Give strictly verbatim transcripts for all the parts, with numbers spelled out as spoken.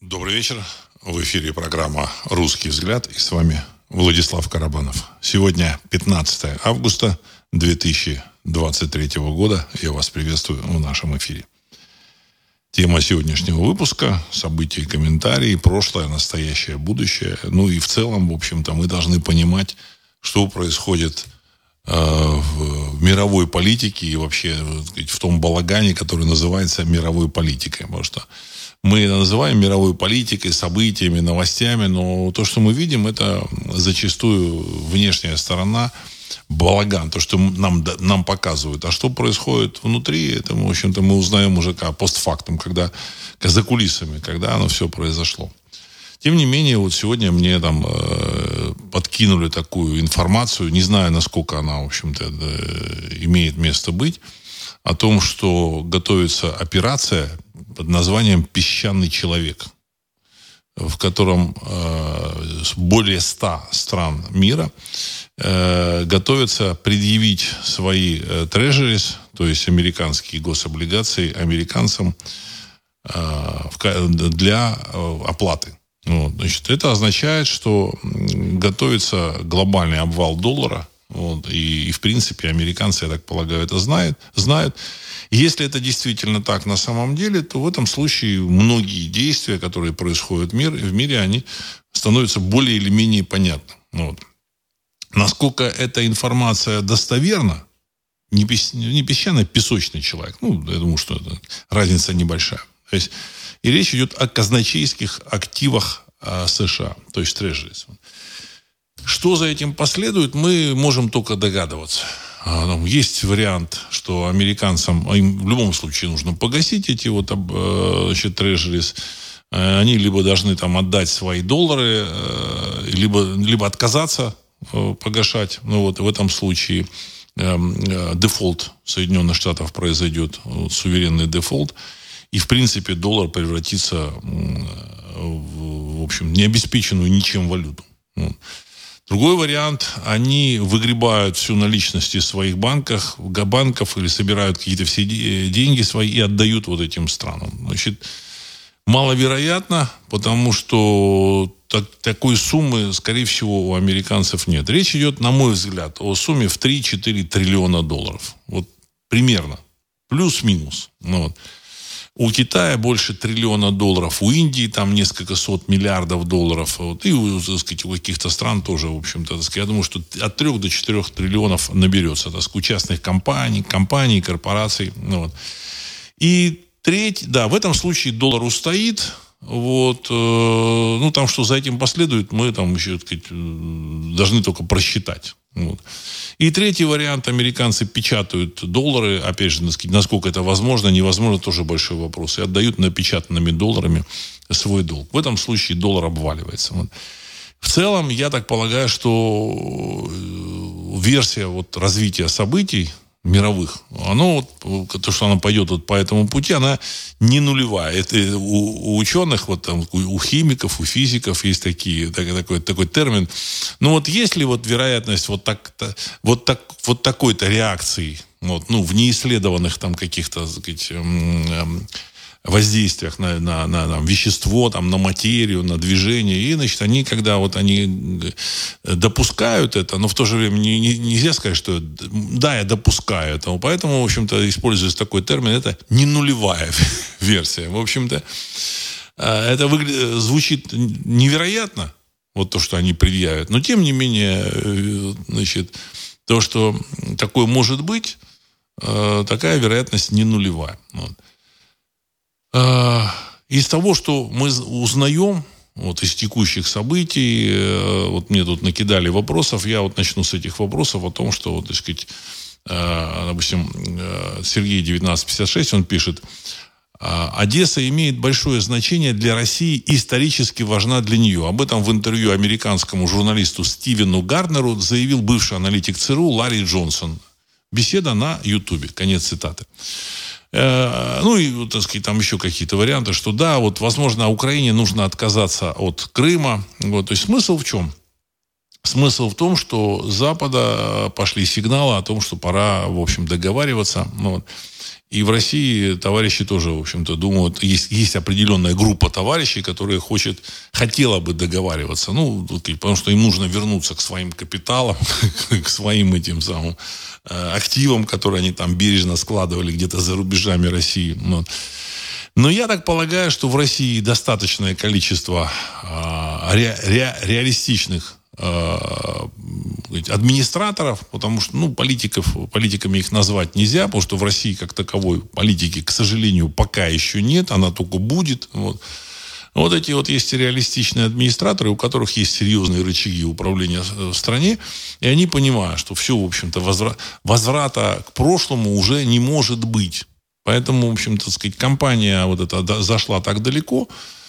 Добрый вечер. В эфире программа «Русский взгляд». И с вами Владислав Карабанов. Сегодня пятнадцатое августа две тысячи двадцать третьего года. Я вас приветствую в нашем эфире. Тема сегодняшнего выпуска – события и комментарии, прошлое, настоящее, будущее. Ну и в целом, в общем-то, мы должны понимать, что происходит э, в, в мировой политике и вообще сказать, в том балагане, который называется мировой политикой. Потому что мы это называем мировой политикой, событиями, новостями, но то, что мы видим, это зачастую внешняя сторона, балаган, то, что нам, нам показывают. А что происходит внутри, это, в общем-то, мы узнаем уже как постфактум, когда, за кулисами, когда оно все произошло. Тем не менее, вот сегодня мне там э, подкинули такую информацию, не знаю, насколько она, в общем-то, э, имеет место быть, о том, что готовится операция под названием «Песчаный человек», в котором э, более ста стран мира э, готовятся предъявить свои э, трежерис, то есть американские гособлигации, американцам э, для э, оплаты. Вот, значит, это означает, что готовится глобальный обвал доллара. Вот, и, и, в принципе, американцы, я так полагаю, это знают. знают. И если это действительно так на самом деле, то в этом случае многие действия, которые происходят в, мир, в мире, они становятся более или менее понятны. Вот. Насколько эта информация достоверна, не, пес, не песчаный, а песочный человек. Ну, я думаю, что это разница небольшая. То есть, и речь идет о казначейских активах а, США, то есть трежерис. Что за этим последует, мы можем только догадываться. Есть вариант, что американцам им в любом случае нужно погасить эти вот, значит, трежерис. Они либо должны там отдать свои доллары, либо, либо отказаться погашать. Ну вот в этом случае дефолт Соединенных Штатов произойдет, суверенный дефолт. И, в принципе, доллар превратится в, в общем, необеспеченную ничем валюту. Другой вариант, они выгребают всю наличность из своих банков, банков или собирают какие-то все деньги свои и отдают вот этим странам. Значит, маловероятно, потому что так, такой суммы, скорее всего, у американцев нет. Речь идет, на мой взгляд, о сумме в три-четыре триллиона долларов. Вот примерно. Плюс-минус. Ну, вот. У Китая больше триллиона долларов, у Индии там несколько сот миллиардов долларов, вот, и у, так сказать, у каких-то стран тоже, в общем-то, так сказать, я думаю, что от трех до четырех триллионов наберется, так сказать, частных компаний, компаний, корпораций. Ну, вот. И треть, да, в этом случае доллар устоит, вот, э, ну, там, что за этим последует, мы там еще, так сказать, должны только просчитать. Вот. И третий вариант, американцы печатают доллары, опять же, насколько это возможно, невозможно, тоже большой вопрос, и отдают напечатанными долларами свой долг. В этом случае доллар обваливается. Вот. В целом, я так полагаю, что версия вот развития событий мировых, оно, вот, то, что она пойдет вот по этому пути, она не нулевая. Это у, у ученых, вот там, у химиков, у физиков есть такие, такой, такой термин. Но вот есть ли вот вероятность вот, так, вот, так, вот такой-то реакции, вот, ну, в неисследованных там каких-то, так сказать, воздействиях на, на, на, на вещество, там, на материю, на движение. И, значит, они, когда вот они допускают это, но в то же время не, не, нельзя сказать, что да, я допускаю это. Поэтому, в общем-то, используется такой термин, это не нулевая версия. В общем-то, это выглядит, звучит невероятно, вот то, что они предъявят. Но, тем не менее, значит, то, что такое может быть, такая вероятность не нулевая. Вот. Из того, что мы узнаем вот, из текущих событий, вот мне тут накидали вопросов, я вот начну с этих вопросов о том, что, вот, так сказать, допустим, Сергей девятнадцать пятьдесят шесть, он пишет: Одесса имеет большое значение для России и исторически важна для нее. Об этом в интервью американскому журналисту Стивену Гарднеру заявил бывший аналитик ЦРУ Ларри Джонсон. Беседа на Ютубе. Конец цитаты. Ну и, так сказать, там еще какие-то варианты, что да, вот, возможно, Украине нужно отказаться от Крыма. Вот, то есть смысл в чем? Смысл в том, что с Запада пошли сигналы о том, что пора, в общем, договариваться. Ну, вот. И в России товарищи тоже, в общем-то, думают, есть, есть определенная группа товарищей, которая хочет, хотела бы договариваться. Ну, потому что им нужно вернуться к своим капиталам, к своим этим самым активам, которые они там бережно складывали где-то за рубежами России. Вот. Но я так полагаю, что в России достаточное количество ре, ре, реалистичных администраторов, потому что, ну, политиков, политиками их назвать нельзя, потому что в России как таковой политики, к сожалению, пока еще нет, она только будет. Вот. Вот эти вот есть реалистичные администраторы, у которых есть серьезные рычаги управления в стране, и они понимают, что все, в общем-то, возврат, возврата к прошлому уже не может быть. Поэтому, в общем-то, так сказать, компания вот эта зашла так далеко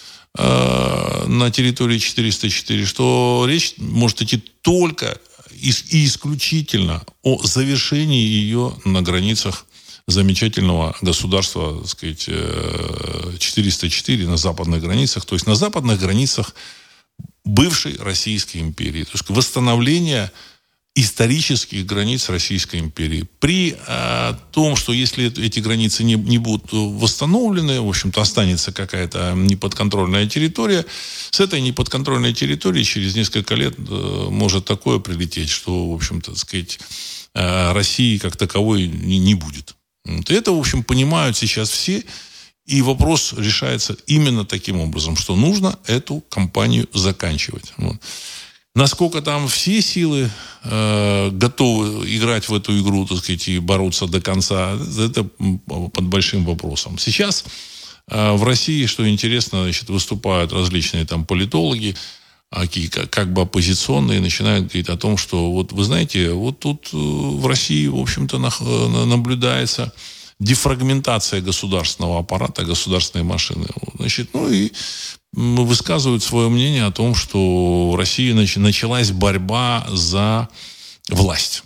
на территории четыреста четыре, что речь может идти только и исключительно о завершении ее на границах замечательного государства, так сказать, четыреста четыре, на западных границах, то есть на западных границах бывшей Российской империи. То есть восстановление исторических границ Российской империи. При э, том, что если эти границы не, не будут восстановлены, в общем-то, останется какая-то неподконтрольная территория, с этой неподконтрольной территории через несколько лет э, может такое прилететь, что, в общем-то, так сказать, э, России как таковой не, не будет. Вот. И это, в общем, понимают сейчас все, и вопрос решается именно таким образом, что нужно эту кампанию заканчивать. Вот. Насколько там все силы э, готовы играть в эту игру, так сказать, и бороться до конца, это под большим вопросом. Сейчас э, в России, что интересно, значит, выступают различные там политологи, как, как бы оппозиционные, начинают говорить о том, что вот вы знаете, вот тут в России, в общем-то, на, наблюдается дефрагментация государственного аппарата, государственной машины. Значит, ну и высказывают свое мнение о том, что в России началась борьба за власть.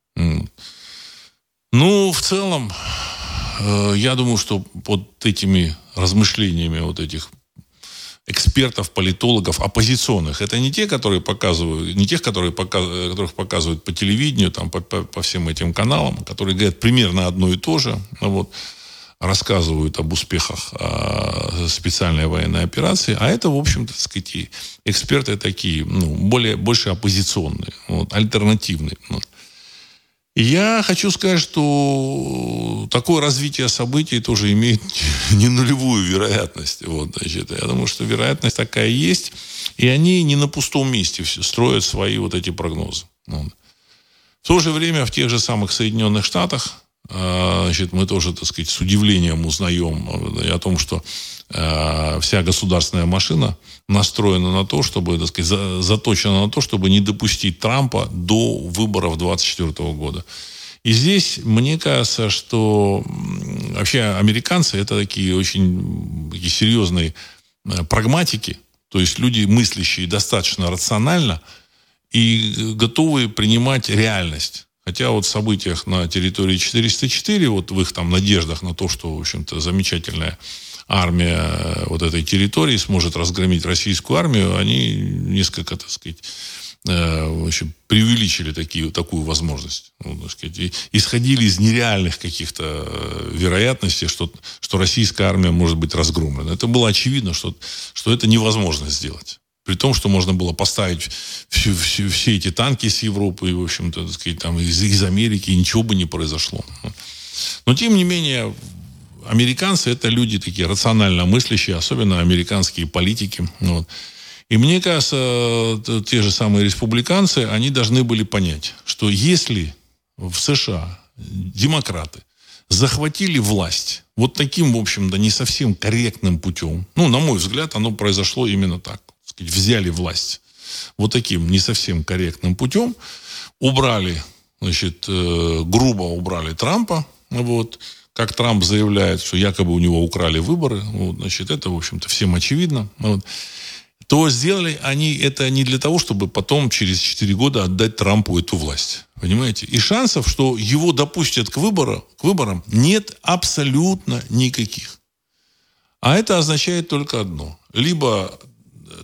Ну, в целом, я думаю, что под этими размышлениями вот этих экспертов, политологов, оппозиционных, это не те, которые показывают, не тех, которые показывают, которых показывают по телевидению, там, по, по, по всем этим каналам, которые говорят примерно одно и то же, вот, рассказывают об успехах э, специальной военной операции, а это, в общем-то, так сказать, эксперты такие, ну, более, больше оппозиционные, вот, альтернативные. Вот. И я хочу сказать, что такое развитие событий тоже имеет не нулевую вероятность. Вот, значит, я думаю, что вероятность такая есть, и они не на пустом месте строят свои вот эти прогнозы. Вот. В то же время в тех же самых Соединенных Штатах, значит, мы тоже, так сказать, с удивлением узнаем о том, что э, вся государственная машина настроена на то, чтобы, так сказать, заточена на то, чтобы не допустить Трампа до выборов двадцать четвёртого года. И здесь, мне кажется, что вообще американцы это такие очень такие серьезные прагматики, то есть люди, мыслящие достаточно рационально и готовые принимать реальность. Хотя вот в событиях на территории четыреста четыре, вот в их там надеждах на то, что, в общем-то, замечательная армия вот этой территории сможет разгромить российскую армию, они несколько, так сказать, э, в общем, преувеличили такие, такую возможность. Ну, так сказать, и исходили из нереальных каких-то вероятностей, что, что российская армия может быть разгромлена. Это было очевидно, что, что это невозможно сделать. При том, что можно было поставить все, все, все эти танки с Европы, и, в общем-то, так сказать, там, из, из Америки, и ничего бы не произошло. Но, тем не менее, американцы – это люди такие рационально мыслящие, особенно американские политики. Вот. И мне кажется, те же самые республиканцы, они должны были понять, что если в США демократы захватили власть вот таким, в общем-то, не совсем корректным путем, ну, на мой взгляд, оно произошло именно так. Взяли власть вот таким не совсем корректным путем, убрали, значит, э, грубо убрали Трампа, вот, как Трамп заявляет, что якобы у него украли выборы, вот, значит, это, в общем-то, всем очевидно, вот, то сделали они это не для того, чтобы потом через четыре года отдать Трампу эту власть, понимаете? И шансов, что его допустят к выборам, к выборам нет абсолютно никаких. А это означает только одно. Либо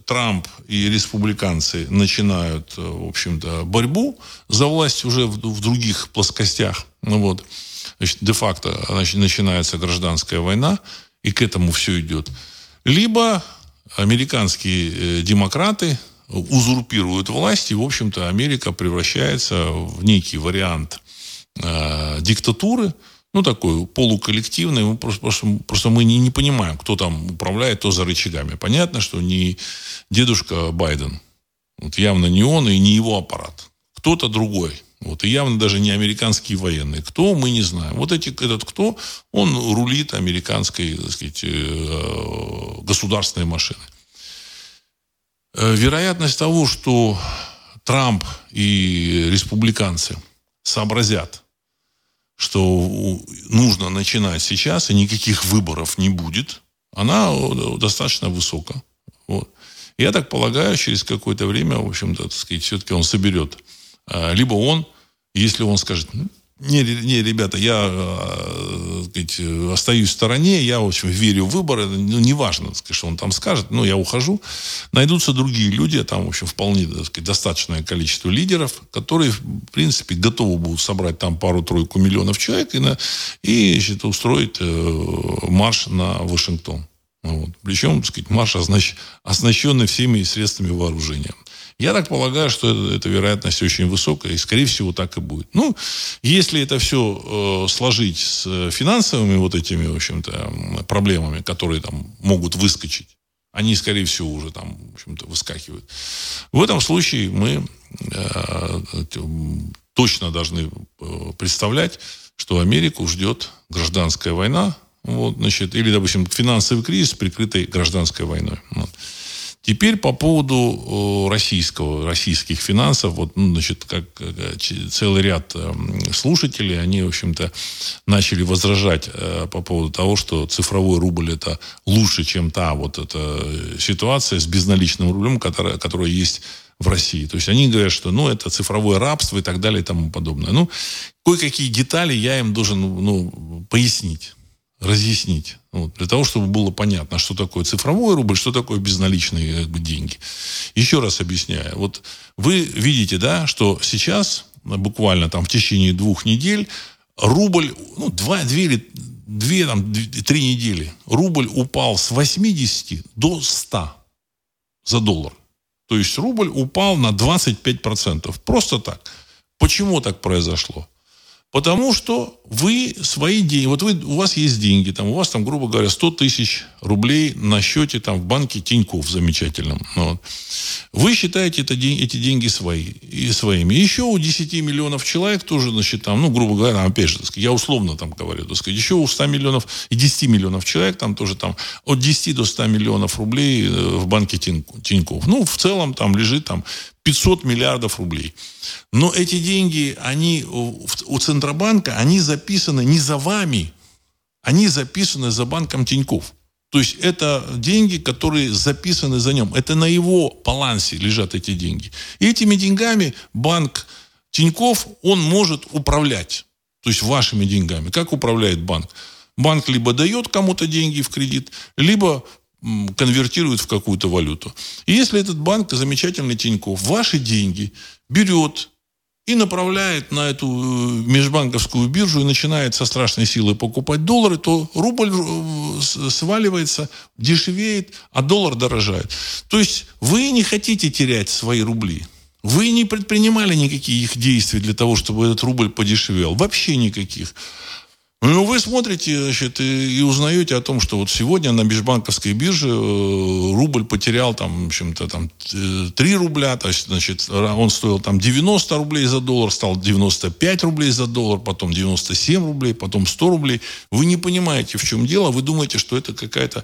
Трамп и республиканцы начинают, в общем-то, борьбу за власть уже в, в других плоскостях. Ну, вот. Значит, де-факто значит, начинается гражданская война, и к этому все идет. Либо американские демократы узурпируют власть, и, в общем-то, Америка превращается в некий вариант э, диктатуры, ну, такой полуколлективный. Мы просто, просто, просто мы не, не понимаем, кто там управляет, кто за рычагами. Понятно, что не дедушка Байден. Вот явно не он и не его аппарат. Кто-то другой. Вот, и явно даже не американские военные. Кто, мы не знаем. Вот эти, этот кто, он рулит американской, так сказать, э, государственной машиной. Вероятность того, что Трамп и республиканцы сообразят, что нужно начинать сейчас, и никаких выборов не будет, она достаточно высока. Вот. Я так полагаю, через какое-то время, в общем-то, так сказать, все-таки он соберет. Либо он, если он скажет, не, не, ребята, я э, сказать, остаюсь в стороне, я, в общем, верю в выборы, ну, неважно, так сказать, что он там скажет, но я ухожу. Найдутся другие люди, там, в общем, вполне, так сказать, достаточное количество лидеров, которые, в принципе, готовы будут собрать там пару-тройку миллионов человек и, на, и значит, устроить э, марш на Вашингтон. Вот. Причем, так сказать, марш означ... оснащенный всеми средствами вооружения. Я так полагаю, что это, эта вероятность очень высокая, и, скорее всего, так и будет. Ну, если это все э, сложить с финансовыми вот этими, в общем-то, проблемами, которые там могут выскочить, они, скорее всего, уже там, в общем-то, выскакивают. В этом случае мы э, точно должны представлять, что Америку ждет гражданская война, вот, значит, или, допустим, финансовый кризис, прикрытый гражданской войной. Вот. Теперь по поводу российского, российских финансов, вот, ну, значит, как целый ряд слушателей, они, в общем-то, начали возражать по поводу того, что цифровой рубль это лучше, чем та вот эта ситуация с безналичным рублем, которая, которая есть в России. То есть они говорят, что ну, это цифровое рабство и так далее и тому подобное. Ну, кое-какие детали я им должен ну, пояснить. Разъяснить. Вот, для того, чтобы было понятно, что такое цифровой рубль, что такое безналичные как бы, деньги. Еще раз объясняю. Вот вы видите, да, что сейчас, буквально там в течение двух недель, рубль, ну, два, две или две, там, три недели, рубль упал с восьмидесяти до ста за доллар. То есть рубль упал на двадцать пять процентов. Просто так. Почему так произошло? Потому что вы свои деньги, вот вы, у вас есть деньги, там, у вас там, грубо говоря, сто тысяч рублей на счете там, в банке Тинькофф замечательном. Вот. Вы считаете это, эти деньги свои, и своими. Еще у десяти миллионов человек тоже на счетах, ну, грубо говоря, опять же, я условно там говорю, так сказать, еще у ста миллионов и десяти миллионов человек там тоже там от десяти до ста миллионов рублей в банке Тинькофф. Ну, в целом там лежит там пятьсот миллиардов рублей. Но эти деньги, они у Центробанка, они записаны не за вами, они записаны за банком Тинькофф. То есть это деньги, которые записаны за ним. Это на его балансе лежат эти деньги. И этими деньгами банк Тинькофф, он может управлять. То есть вашими деньгами. Как управляет банк? Банк либо дает кому-то деньги в кредит, либо конвертирует в какую-то валюту. И если этот банк, замечательный Тинькофф, ваши деньги берет и направляет на эту межбанковскую биржу и начинает со страшной силой покупать доллары, то рубль сваливается, дешевеет, а доллар дорожает. То есть вы не хотите терять свои рубли. Вы не предпринимали никаких действий для того, чтобы этот рубль подешевел. Вообще никаких. Ну, вы смотрите, значит, и, и узнаете о том, что вот сегодня на межбанковской бирже э, рубль потерял там, в общем-то, там три рубля, то есть, значит, он стоил там девяносто рублей за доллар, стал девяносто пять рублей за доллар, потом девяносто семь рублей, потом сто рублей. Вы не понимаете, в чем дело, вы думаете, что это какая-то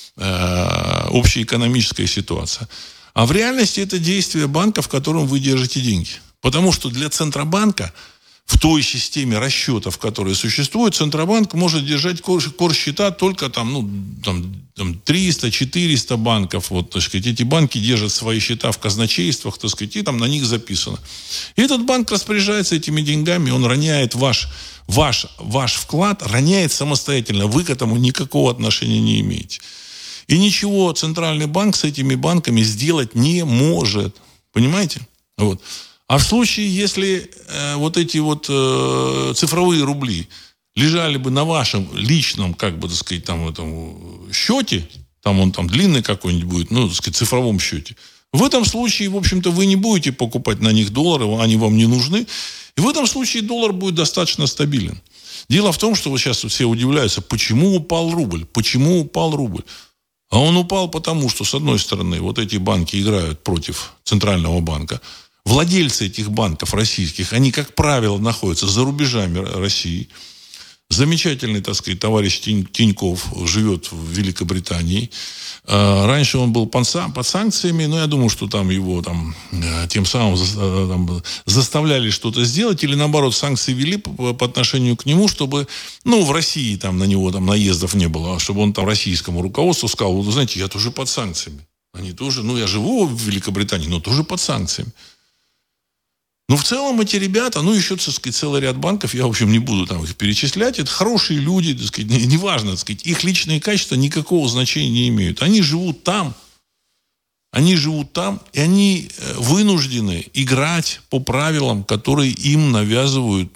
э, общеэкономическая ситуация. А в реальности это действие банка, в котором вы держите деньги. Потому что для Центробанка в той системе расчетов, которые существуют, Центробанк может держать корсчета только там, ну, там, там триста-четыреста банков. Вот, так сказать, эти банки держат свои счета в казначействах, так сказать, и там на них записано. И этот банк распоряжается этими деньгами, он роняет ваш, ваш, ваш вклад, роняет самостоятельно. Вы к этому никакого отношения не имеете. И ничего Центральный банк с этими банками сделать не может. Понимаете? Вот. А в случае, если э, вот эти вот э, цифровые рубли лежали бы на вашем личном, как бы, так сказать, там, этом счете, там он там длинный какой-нибудь будет, ну, так сказать, цифровом счете, в этом случае, в общем-то, вы не будете покупать на них доллары, они вам не нужны. И в этом случае доллар будет достаточно стабилен. Дело в том, что вот сейчас все удивляются, почему упал рубль, почему упал рубль. А он упал потому, что, с одной стороны, вот эти банки играют против Центрального банка. Владельцы этих банков российских, они, как правило, находятся за рубежами России. Замечательный, так сказать, товарищ Тиньков живет в Великобритании. Раньше он был под санкциями, но я думаю, что там его там, тем самым там, заставляли что-то сделать, или наоборот санкции ввели по, по отношению к нему, чтобы, ну, в России там на него там наездов не было, чтобы он там российскому руководству сказал: вот, знаете, я тоже под санкциями. Они тоже, ну, я живу в Великобритании, но тоже под санкциями. Ну, в целом эти ребята, ну, еще, так сказать, целый ряд банков, я, в общем, не буду там их перечислять, это хорошие люди, так сказать, неважно, так сказать, их личные качества никакого значения не имеют. Они живут там, они живут там, и они вынуждены играть по правилам, которые им навязывают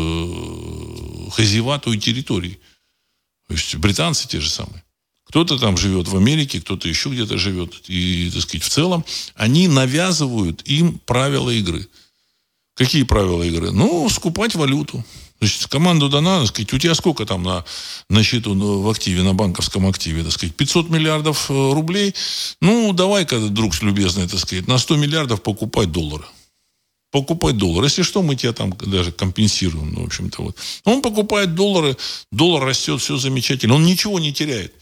э, хозяева той территории. То есть британцы те же самые. Кто-то там живет в Америке, кто-то еще где-то живет. И, так сказать, в целом они навязывают им правила игры. Какие правила игры? Ну, скупать валюту. Значит, команду дана, так сказать, у тебя сколько там на, на счету в активе, на банковском активе, так сказать, пятьсот миллиардов рублей. Ну, давай-ка, друг любезный, так сказать, на сто миллиардов покупать доллары. Покупать доллары. Если что, мы тебя там даже компенсируем. Ну, в общем-то, вот. Он покупает доллары, доллар растет, все замечательно. Он ничего не теряет.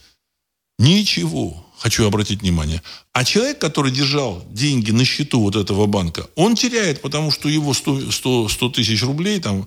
Ничего. Хочу обратить внимание. А человек, который держал деньги на счету вот этого банка, он теряет, потому что его сто тысяч рублей, там,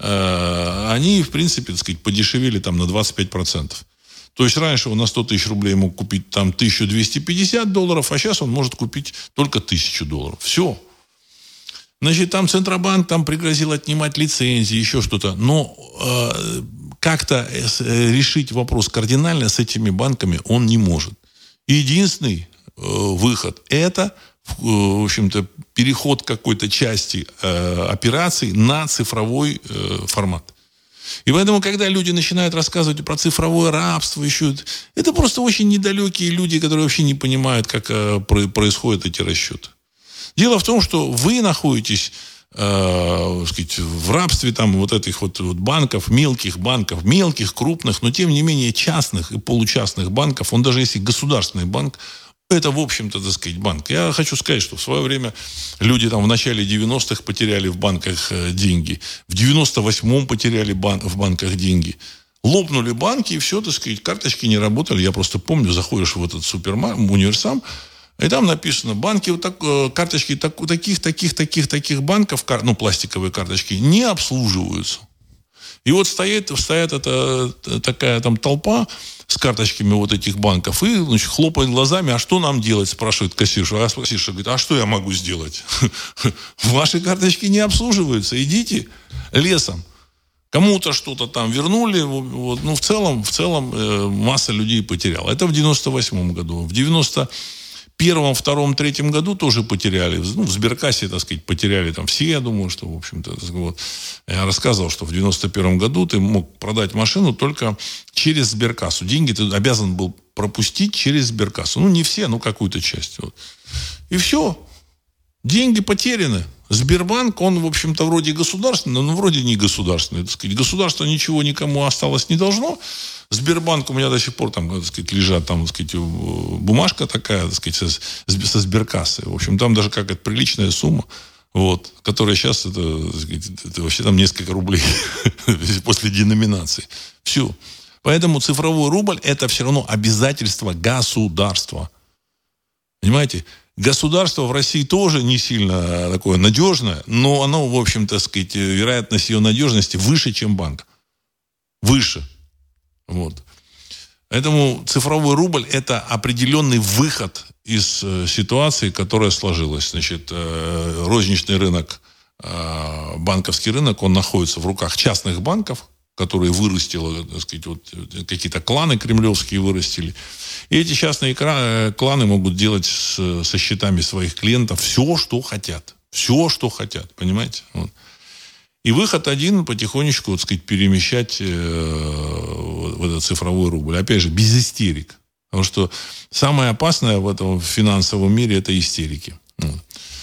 э, они, в принципе, так сказать, подешевели там, на двадцать пять процентов. То есть раньше он на сто тысяч рублей мог купить там, тысячу двести пятьдесят долларов, а сейчас он может купить только тысячу долларов. Все. Значит, там Центробанк там пригрозил отнимать лицензии, еще что-то. Но э, как-то решить вопрос кардинально с этими банками он не может. Единственный э, выход – это, э, в общем-то, переход какой-то части э, операций на цифровой э, формат. И поэтому, когда люди начинают рассказывать про цифровое рабство, еще, это просто очень недалекие люди, которые вообще не понимают, как э, про, происходят эти расчеты. Дело в том, что вы находитесь э, сказать, в рабстве там, вот этих вот, вот банков, мелких банков, мелких, крупных, но тем не менее частных и получастных банков. Он даже если государственный банк, это, в общем-то, так сказать, банк. Я хочу сказать, что в свое время люди там в начале девяностых потеряли в банках деньги. В девяносто восьмом потеряли бан- в банках деньги. Лопнули банки, и все, так сказать, карточки не работали. Я просто помню, заходишь в этот супермаркет, универсам, и там написано, банки, вот так, карточки так, таких, таких, таких, таких банков, ну, пластиковые карточки, не обслуживаются. И вот стоит, стоит эта, такая там толпа с карточками вот этих банков и, значит, хлопает глазами, а что нам делать, спрашивает кассирша. А кассирша говорит, а что я могу сделать? Ваши карточки не обслуживаются, идите лесом. Кому-то что-то там вернули, вот, ну, в целом, в целом масса людей потеряла. Это в девяносто восьмом году. В девяносто первом, втором, третьем году тоже потеряли. Ну, в Сберкассе, так сказать, потеряли там все, я думаю, что, в общем-то, вот. Я рассказывал, что в девяносто первом году ты мог продать машину только через Сберкассу. Деньги ты обязан был пропустить через Сберкассу. Ну, не все, но какую-то часть. Вот. И все. Деньги потеряны. Сбербанк, он, в общем-то, вроде государственный, но вроде не государственный. Так сказать. Государство ничего никому осталось не должно. Сбербанк у меня до сих пор там, так сказать, лежат там, так сказать, бумажка такая, так сказать, со, со Сберкассы. В общем, там даже какая-то приличная сумма, вот, которая сейчас, это, так сказать, это вообще там несколько рублей после деноминации. Все. Поэтому цифровой рубль – это все равно обязательство государства. Понимаете? Государство в России тоже не сильно такое надежное, но оно, в общем-то, так сказать, вероятность ее надежности выше, чем банк. Выше. Вот. Поэтому цифровой рубль – это определенный выход из э, ситуации, которая сложилась. Значит, э, розничный рынок, э, банковский рынок, он находится в руках частных банков, которые вырастило, так сказать, вот, какие-то кланы кремлевские вырастили. И эти частные кланы могут делать с, со счетами своих клиентов все, что хотят. Все, что хотят, понимаете? Вот. И выход один — потихонечку, вот, сказать, перемещать э, в этот цифровой рубль. Опять же, без истерик. Потому что самое опасное в этом финансовом мире — это истерики. Вот.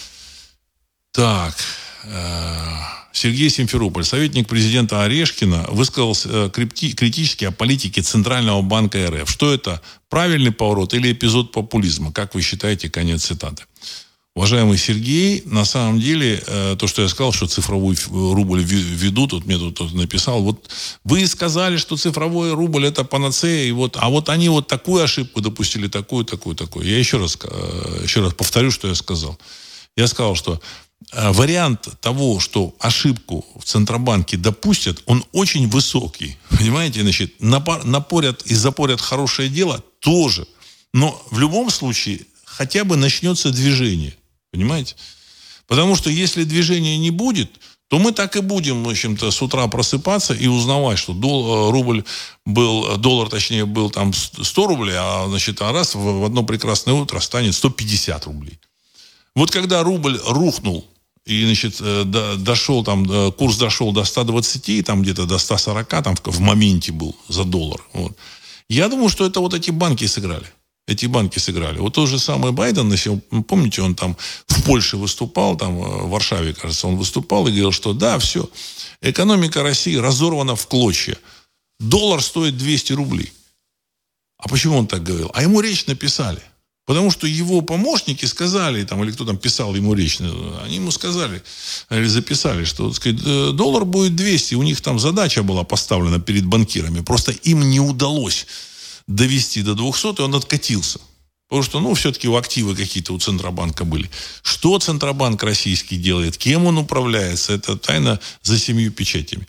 Так... Э, Сергей Симферополь, советник президента Орешкина, высказался критически о политике Центрального банка эр эф. Что это? Правильный поворот или эпизод популизма? Как вы считаете? Конец цитаты. Уважаемый Сергей, на самом деле, то, что я сказал, что цифровой рубль ведут, вот мне тут написал, вот вы сказали, что цифровой рубль — это панацея, и вот, а вот они вот такую ошибку допустили, такую, такую, такую. Я еще раз, еще раз повторю, что я сказал. Я сказал, что вариант того, что ошибку в Центробанке допустят, он очень высокий. Понимаете, значит, напорят и запорят хорошее дело тоже. Но в любом случае хотя бы начнется движение. Понимаете? Потому что если движения не будет, то мы так и будем, в общем-то, с утра просыпаться и узнавать, что дол- рубль был, доллар, точнее, был там сто рублей, а, значит, а раз в одно прекрасное утро станет сто пятьдесят рублей. Вот когда рубль рухнул, и, значит, дошел там, курс дошел до ста двадцати, там где-то до ста сорока, там в моменте был за доллар. Вот. Я думаю, что это вот эти банки сыграли. Эти банки сыграли. Вот тот же самый Байден, если, помните, он там в Польше выступал, там в Варшаве, кажется, он выступал и говорил, что да, все, экономика России разорвана в клочья. Доллар стоит двести рублей. А почему он так говорил? А ему речь написали. Потому что его помощники сказали, там, или кто там писал ему речь, они ему сказали, или записали, что, так сказать, доллар будет двести. У них там задача была поставлена перед банкирами. Просто им не удалось довести до двухсот, и он откатился. Потому что, ну, все-таки у активы какие-то у Центробанка были. Что Центробанк российский делает, кем он управляется, это тайна за семью печатями.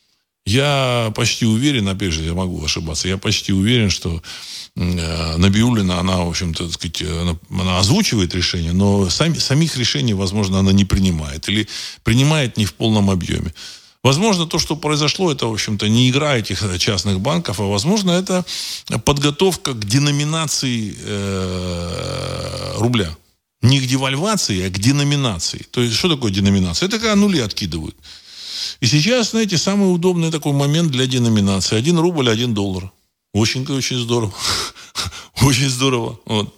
Я почти уверен, опять же, я могу ошибаться, я почти уверен, что Набиуллина, она, в общем-то, так сказать, она, она озвучивает решения, но сами, самих решений, возможно, она не принимает. Или принимает не в полном объеме. Возможно, то, что произошло, это, в общем-то, не игра этих частных банков, а, возможно, это подготовка к деноминации э, рубля. Не к девальвации, а к деноминации. То есть, что такое деноминация? Это когда нули откидывают. И сейчас, знаете, самый удобный такой момент для деноминации. Один рубль, один доллар. Очень-очень здорово. Очень здорово. Вот.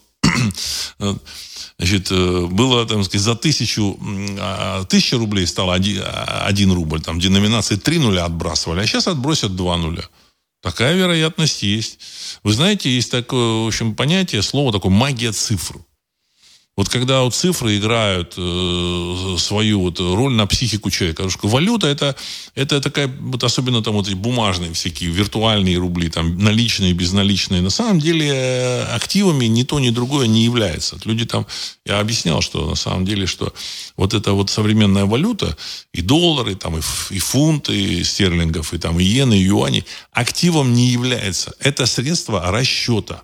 Значит, было, там сказать, за тысячу, тысяча рублей стало один, один рубль. Там деноминации три нуля отбрасывали, а сейчас отбросят два нуля. Такая вероятность есть. Вы знаете, есть такое, в общем, понятие, слово такое магия цифр. Вот когда вот цифры играют э, свою вот роль на психику человека. Потому что валюта это, это такая, вот особенно там вот эти бумажные всякие виртуальные рубли, там наличные, безналичные. На самом деле активами ни то, ни другое не является. Люди там, я объяснял, что на самом деле, что вот эта вот современная валюта, и доллары, там, и, и фунты стерлингов, и там и иены, и юани, активом не является. Это средство расчета.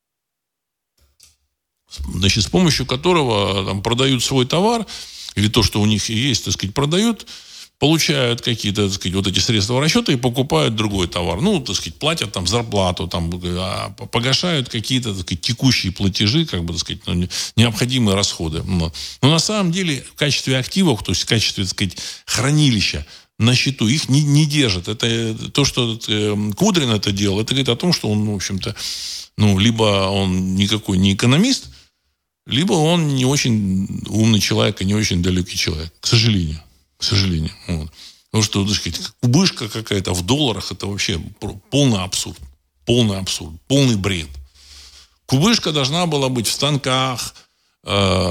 Значит, с помощью которого там, продают свой товар, или то, что у них есть, так сказать, продают, получают какие-то, так сказать, вот эти средства расчета и покупают другой товар. Ну, так сказать, платят там зарплату, там, погашают какие-то, так сказать, текущие платежи, как бы, так сказать, ну, необходимые расходы. Но на самом деле в качестве активов, то есть в качестве, так сказать, хранилища на счету их не, не держат. Это то, что Кудрин это делал, это говорит о том, что он, в общем-то, ну, либо он никакой не экономист, либо он не очень умный человек и не очень далекий человек. К сожалению. К сожалению. Вот. Потому что, так сказать, кубышка какая-то в долларах, это вообще полный абсурд. Полный абсурд. Полный бред. Кубышка должна была быть в станках, э,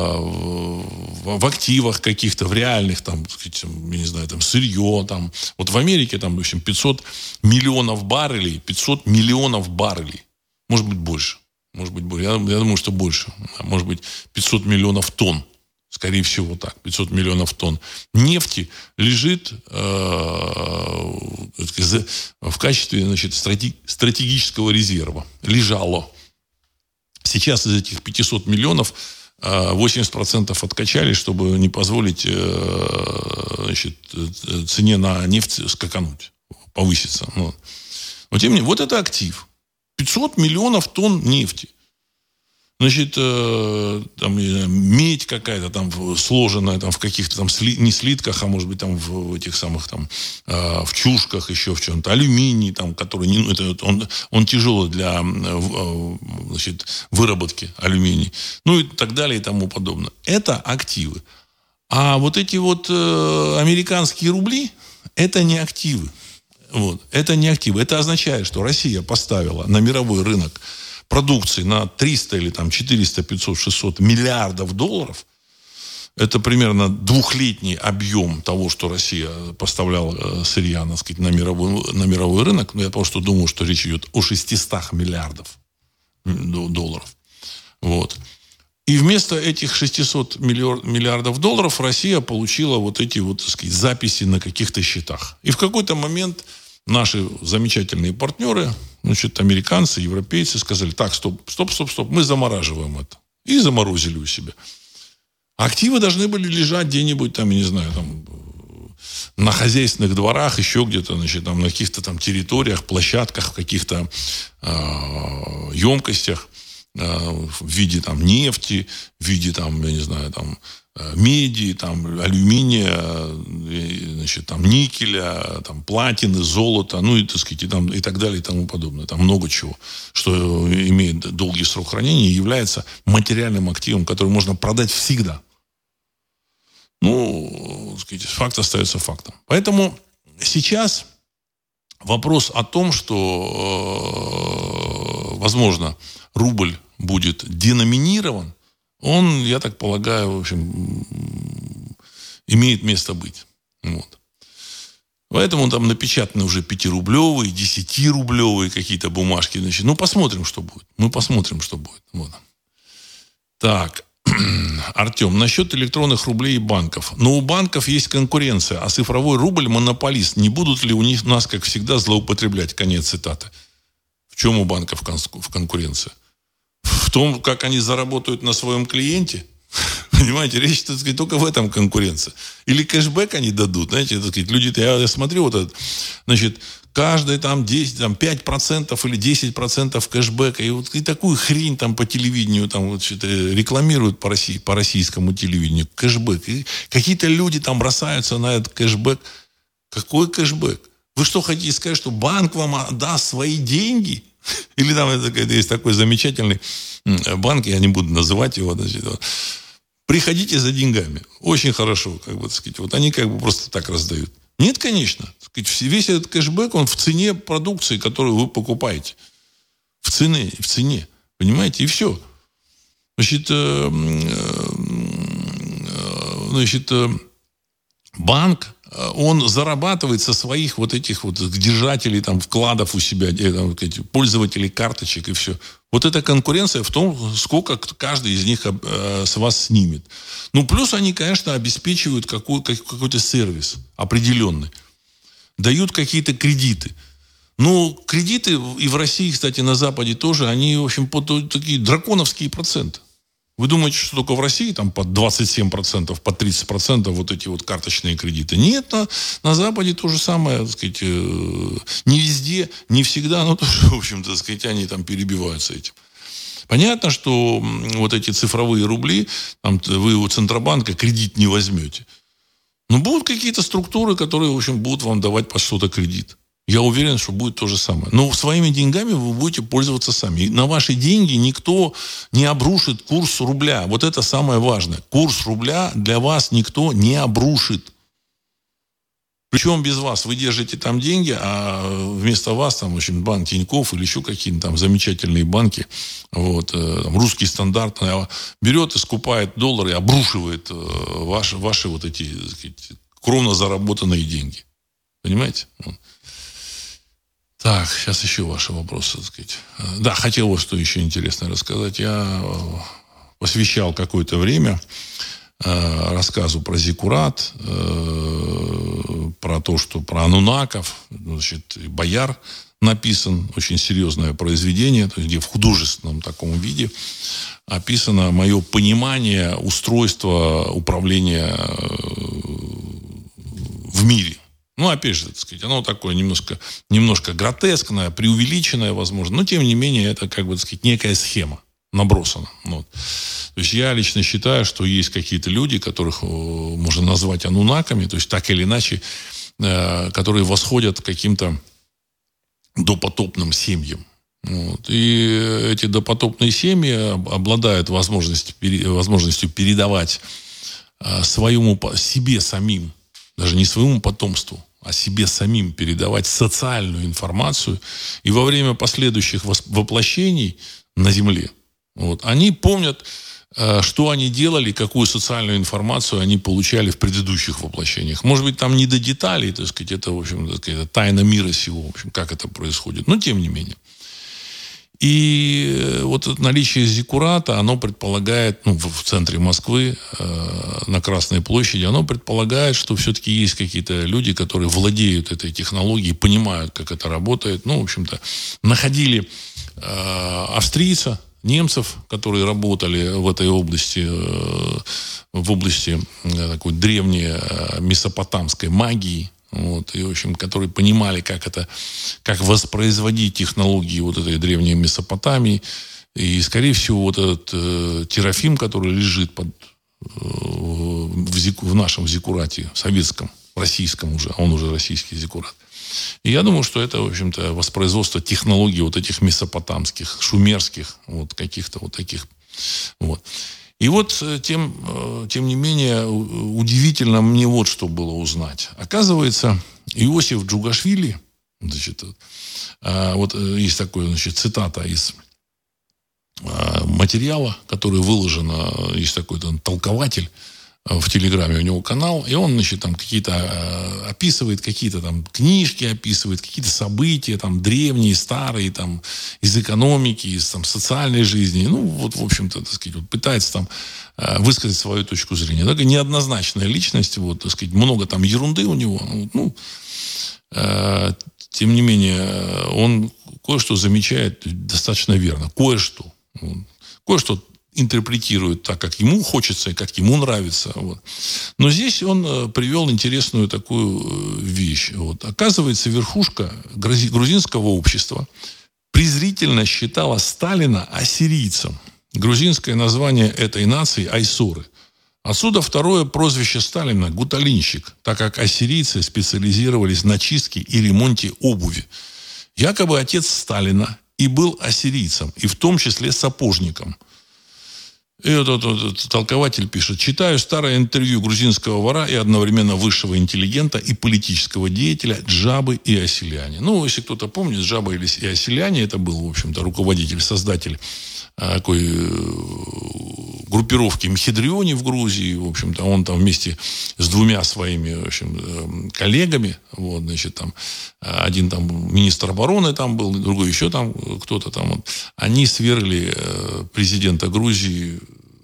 в активах каких-то, в реальных, там, так сказать, я не знаю, там, сырье. Там. Вот в Америке там, в общем, пятьсот миллионов баррелей. пятьсот миллионов баррелей. Может быть, больше. Может быть, больше. Я, я думаю, что больше. Может быть, пятьсот миллионов тонн. Скорее всего, так. пятьсот миллионов тонн нефти лежит э, в качестве, значит, стратегического резерва. Лежало. Сейчас из этих пятисот миллионов восемьдесят процентов откачали, чтобы не позволить, э, значит, цене на нефть скакануть. повысится. Вот. Но тем не менее, вот это актив. пятьсот миллионов тонн нефти. Значит, э, там медь какая-то там сложенная там, в каких-то там сли, не слитках, а может быть там в, в этих самых там э, в чушках еще в чем-то. Алюминий там, который не, это, он, он тяжелый для э, значит, выработки алюминий. Ну и так далее и тому подобное. Это активы. А вот эти вот э, американские рубли, это не активы. Вот. Это не активы. Это означает, что Россия поставила на мировой рынок продукции на триста или там четыреста, пятьсот, шестьсот миллиардов долларов. Это примерно двухлетний объем того, что Россия поставляла сырья, так сказать, на мировой, на мировой рынок. Но я просто думаю, что речь идет о шестистах миллиардов долларов. Вот. И вместо этих шестисот миллиардов долларов Россия получила вот эти вот, так сказать, записи на каких-то счетах. И в какой-то момент наши замечательные партнеры, значит, американцы, европейцы, сказали: так, стоп, стоп, стоп, стоп, мы замораживаем это. И заморозили у себя. Активы должны были лежать где-нибудь там, я не знаю, там, на хозяйственных дворах, еще где-то, значит, там, на каких-то там территориях, площадках, в каких-то э, емкостях э, в виде там нефти, в виде там, я не знаю, там, меди, там, алюминия, значит, там, никеля, там, платины, золота, ну и, так сказать, и, там, и так далее и тому подобное. Там много чего, что имеет долгий срок хранения и является материальным активом, который можно продать всегда. Ну, так сказать, факт остается фактом. Поэтому сейчас вопрос о том, что, возможно, рубль будет деноминирован, он, я так полагаю, в общем, имеет место быть. Вот. Поэтому там напечатаны уже пятирублевые, десятирублевые какие-то бумажки. Значит, ну, посмотрим, что будет. Мы посмотрим, что будет. Вот. Так. Артем, насчет электронных рублей и банков. Но у банков есть конкуренция, а цифровой рубль монополист. Не будут ли у них, нас, как всегда, злоупотреблять? Конец цитаты. В чем у банков конкуренция? В том, как они заработают на своем клиенте? Понимаете, речь, так сказать, только в этом конкуренция. Или кэшбэк они дадут, знаете, так сказать, люди, я, я смотрю вот этот, значит, каждый там десять, там пять процентов или десять процентов кэшбэка, и вот и такую хрень там по телевидению там вот что-то рекламируют по России, по российскому телевидению, кэшбэк. И какие-то люди там бросаются на этот кэшбэк. Какой кэшбэк? Вы что, хотите сказать, что банк вам отдаст свои деньги? Или там есть такой замечательный банк, я не буду называть его, значит, приходите за деньгами. Очень хорошо, как бы, так сказать. Вот они как бы просто так раздают. Нет, конечно. Весь этот кэшбэк, он в цене продукции, которую вы покупаете. В цене, в цене. Понимаете? И все. Значит, значит, банк, он зарабатывает со своих вот этих вот держателей там, вкладов у себя, там, пользователей карточек и все. Вот эта конкуренция в том, сколько каждый из них э, с вас снимет. Ну, плюс они, конечно, обеспечивают какой, какой-то сервис определенный. Дают какие-то кредиты. Ну, кредиты и в России, кстати, на Западе тоже, они, в общем, под такие драконовские проценты. Вы думаете, что только в России там под двадцать семь процентов, под тридцать процентов вот эти вот карточные кредиты? Нет, на, на Западе то же самое, так сказать, э, не везде, не всегда, но тоже, в общем-то, так сказать, они там перебиваются этим. Понятно, что вот эти цифровые рубли, там, вы у Центробанка кредит не возьмете. Но будут какие-то структуры, которые, в общем, будут вам давать под что-то кредит. Я уверен, что будет то же самое. Но своими деньгами вы будете пользоваться сами. И на ваши деньги никто не обрушит курс рубля. Вот это самое важное. Курс рубля для вас никто не обрушит. Причем без вас. Вы держите там деньги, а вместо вас там, в общем, банк Тинькофф или еще какие-то там замечательные банки, вот, там, русский стандарт, берет и скупает доллары и обрушивает ваши, ваши вот эти, так сказать, кровно заработанные деньги. Понимаете? Так, сейчас еще ваши вопросы, так сказать. Да, хотел вот что еще интересное рассказать. Я посвящал какое-то время э, рассказу про Зиккурат, э, про то, что про анунаков, значит, бояр написан, очень серьезное произведение, то есть, где в художественном таком виде описано мое понимание устройства управления в мире. Ну, опять же, так сказать, оно такое немножко, немножко гротескное, преувеличенное, возможно, но, тем не менее, это, как бы, так сказать, некая схема набросана. Вот. То есть я лично считаю, что есть какие-то люди, которых можно назвать анунаками, то есть так или иначе, которые восходят к каким-то допотопным семьям. Вот. И эти допотопные семьи обладают возможностью, возможностью передавать своему, себе самим, даже не своему потомству, а себе самим передавать социальную информацию. И во время последующих воплощений на Земле вот, они помнят, что они делали, какую социальную информацию они получали в предыдущих воплощениях. Может быть, там не до деталей, так сказать, это, в общем, так сказать, тайна мира сего, в общем, как это происходит. Но, тем не менее. И вот наличие зиккурата, оно предполагает, ну, в центре Москвы, э, на Красной площади, оно предполагает, что все-таки есть какие-то люди, которые владеют этой технологией, понимают, как это работает. Ну, в общем-то, находили э, австрийца, немцев, которые работали в этой области, в области такой древней месопотамской магии, вот, и, в общем, которые понимали, как это, как воспроизводить технологии вот этой древней Месопотамии. И, скорее всего, вот этот э, Терафим, который лежит под, э, в, зик, в нашем зиккурате, советском, российском уже, а он уже российский зиккурат. И я думаю, что это, в общем-то, воспроизводство технологий вот этих месопотамских, шумерских, вот каких-то вот таких. Вот. И вот, тем, тем не менее, удивительно мне вот что было узнать. Оказывается, Иосиф Джугашвили, значит, вот есть такая, значит, цитата из материала, который выложен, есть такой там толкователь, в Телеграме у него канал, и он, значит, там какие-то э, описывает, какие-то там книжки описывает, какие-то события, там, древние, старые, там, из экономики, из там, социальной жизни. Ну, вот, в общем-то, так сказать, вот, пытается там э, высказать свою точку зрения. Такая неоднозначная личность, вот, так сказать, много там ерунды у него. Ну, э, тем не менее, он кое-что замечает достаточно верно. Кое-что. Вот. Кое-что интерпретирует так, как ему хочется и как ему нравится. Вот. Но здесь он э, привел интересную такую э, вещь. Вот. Оказывается, верхушка грузинского общества презрительно считала Сталина ассирийцем. Грузинское название этой нации – айсоры. Отсюда второе прозвище Сталина – гуталинщик, так как ассирийцы специализировались на чистке и ремонте обуви. Якобы отец Сталина и был ассирийцем, и в том числе сапожником. И этот, этот толкователь пишет: читаю старое интервью грузинского вора и одновременно высшего интеллигента и политического деятеля Джабы и Асиляни. Ну, если кто-то помнит, Джаба и Асиляни, это был, в общем-то, руководитель, создатель такой группировки Мхедриони в Грузии. В общем-то, он там вместе с двумя своими, в общем, коллегами, вот, значит, там, один там министр обороны там был, другой еще там кто-то там, вот, они свергли президента Грузии,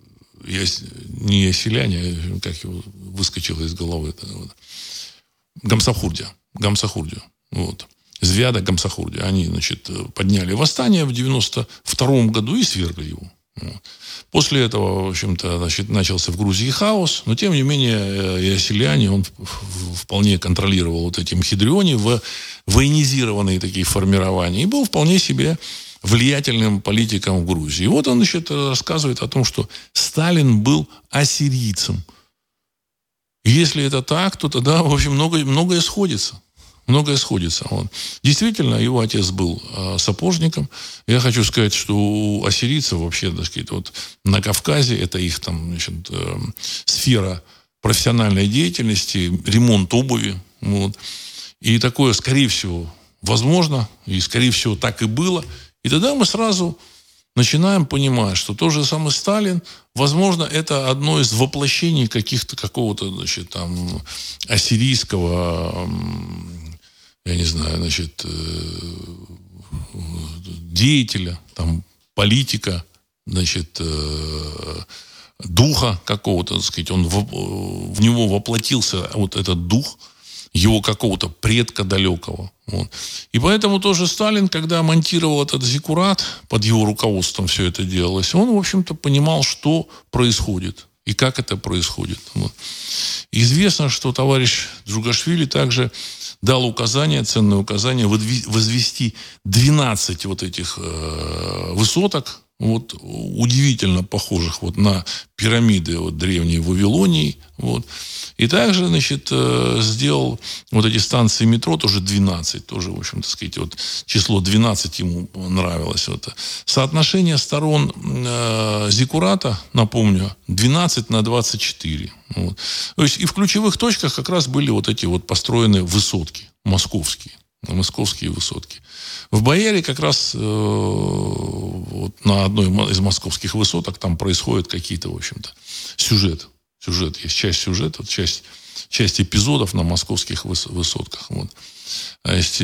не Асиляни, как его выскочило из головы, это, вот, Гамсахурдия, Гамсахурдию, вот. Звяда Гамсахурдия. Они, значит, подняли восстание в девяносто втором году и свергли его. После этого, в общем-то, значит, начался в Грузии хаос, но, тем не менее, и Асиляни, он вполне контролировал вот эти Мхедриони, в военизированные такие формирования, и был вполне себе влиятельным политиком в Грузии. И вот он, значит, рассказывает о том, что Сталин был ассирийцем. И если это так, то тогда, в общем, многое, многое сходится. Многое сходится. Он. Действительно, его отец был э, сапожником. Я хочу сказать, что у ассирийцев вообще, так сказать, вот на Кавказе, это их там, значит, э, сфера профессиональной деятельности, ремонт обуви. Вот. И такое, скорее всего, возможно, и, скорее всего, так и было. И тогда мы сразу начинаем понимать, что тот же самый Сталин, возможно, это одно из воплощений каких-то, какого-то, значит, там, ассирийского, я не знаю, значит, деятеля, там, политика, значит, духа какого-то, так сказать, он в, в него воплотился вот этот дух его какого-то предка далекого. Вот. И поэтому тоже Сталин, когда монтировал этот зиккурат, под его руководством все это делалось, он, в общем-то, понимал, что происходит. и как это происходит. Вот. Известно, что товарищ Джугашвили также дал указание, ценное указание, возвести двенадцать вот этих э, высоток, вот, удивительно похожих вот на пирамиды вот, древней Вавилонии. Вот. И также, значит, сделал вот эти станции метро, тоже двенадцать, тоже, в общем-то, сказать, вот число двенадцать ему нравилось. Вот. Соотношение сторон э, зиккурата, напомню, двенадцать на двадцать четыре. Вот. То есть и в ключевых точках как раз были вот эти вот построены высотки московские. Московские высотки. В Бояре как раз э, вот на одной из московских высоток там происходят какие-то, в общем-то, сюжет. Сюжет есть, часть сюжета, часть, часть эпизодов на московских выс- высотках. Вот. А если,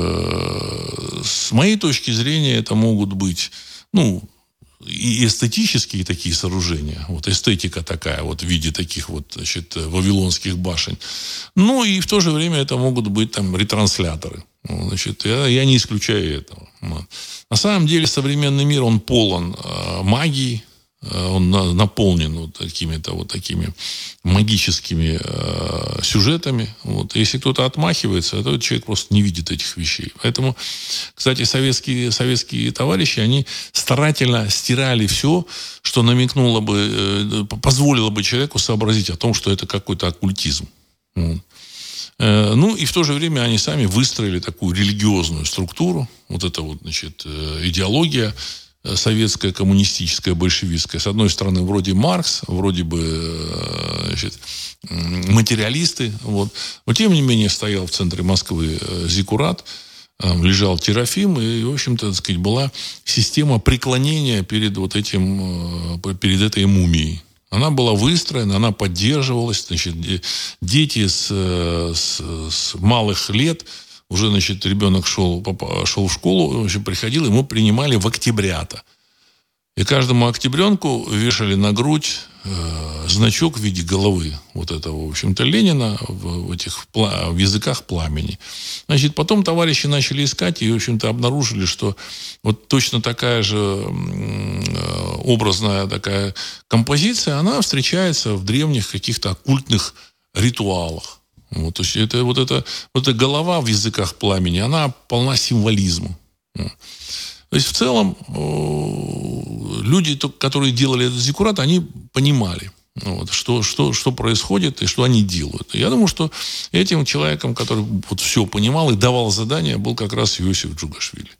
э, с моей точки зрения, это могут быть, ну, и эстетические такие сооружения, вот эстетика такая, вот в виде таких вот, значит, вавилонских башен. Ну, и в то же время это могут быть там ретрансляторы. Значит, я, я не исключаю этого. Вот. На самом деле современный мир, он полон э, магии, э, он на, наполнен вот какими-то вот такими магическими э, сюжетами. Вот. Если кто-то отмахивается, то человек просто не видит этих вещей. Поэтому, кстати, советские, советские товарищи, они старательно стирали все, что намекнуло бы, э, позволило бы человеку сообразить о том, что это какой-то оккультизм. Вот. Ну, и в то же время они сами выстроили такую религиозную структуру. Вот это вот, значит, идеология советская, коммунистическая, большевистская. С одной стороны, вроде Маркс, вроде бы, значит, материалисты. Вот. Но, тем не менее, стоял в центре Москвы зиккурат, лежал Терафим, и, в общем-то, так сказать, была система преклонения перед вот этим, перед этой мумией. Она была выстроена, она поддерживалась. Значит, дети с, с, с малых лет, уже, значит, ребенок шел, шел в школу, общем, приходил, ему принимали в октябрята. И каждому октябренку вешали на грудь э, значок в виде головы вот этого, в общем-то, Ленина в, в этих в языках пламени. Значит, потом товарищи начали искать и, в общем-то, обнаружили, что вот точно такая же э, образная такая композиция, она встречается в древних каких-то оккультных ритуалах. Вот, то есть это, вот, это, вот эта голова в языках пламени, она полна символизма. То есть, в целом, люди, которые делали этот зиккурат, они понимали, вот, что, что, что происходит и что они делают. Я думаю, что этим человеком, который вот все понимал и давал задания, был как раз Иосиф Джугашвили.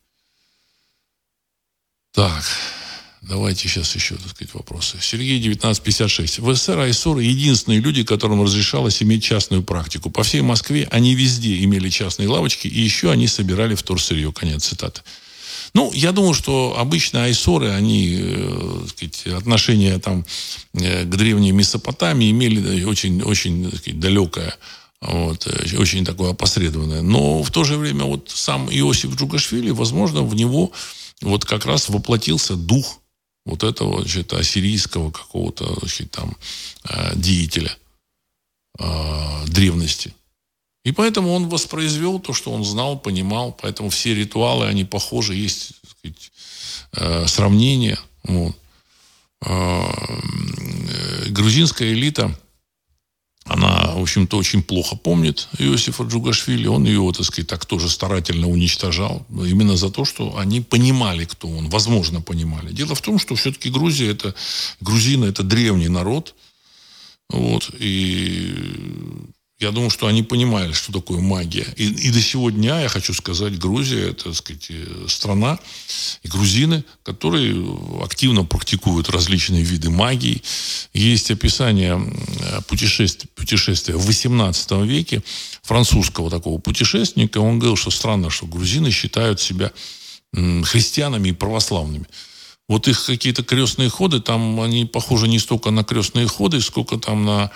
Так, давайте сейчас еще, так сказать, вопросы. Сергей, девятнадцать пятьдесят шесть. В СССР айсоры единственные люди, которым разрешалось иметь частную практику. По всей Москве они везде имели частные лавочки, и еще они собирали вторсырье. Конец цитаты. Ну, я думаю, что обычно айсоры, они, э, так сказать, отношения там, э, к древней Месопотамии имели очень, очень, так сказать, далекое, вот, очень такое опосредованное. Но в то же время вот сам Иосиф Джугашвили, возможно, в него вот как раз воплотился дух вот этого, значит, ассирийского какого-то, значит, там, э, деятеля э, древности. И поэтому он воспроизвел то, что он знал, понимал. Поэтому все ритуалы, они похожи, есть, так сказать, э, сравнения. Вот. Э, грузинская элита, она, в общем-то, очень плохо помнит Иосифа Джугашвили. Он ее, так сказать, так тоже старательно уничтожал. Именно за то, что они понимали, кто он. Возможно, понимали. Дело в том, что все-таки Грузия, это, грузины, это древний народ. Вот. И я думаю, что они понимали, что такое магия. И, и до сего дня, я хочу сказать, Грузия, это, так сказать, страна, и грузины, которые активно практикуют различные виды магии. Есть описание путешествия, путешествия в восемнадцатом веке французского такого путешественника. Он говорил, что странно, что грузины считают себя христианами и православными. Вот их какие-то крестные ходы, там они похожи не столько на крестные ходы, сколько там на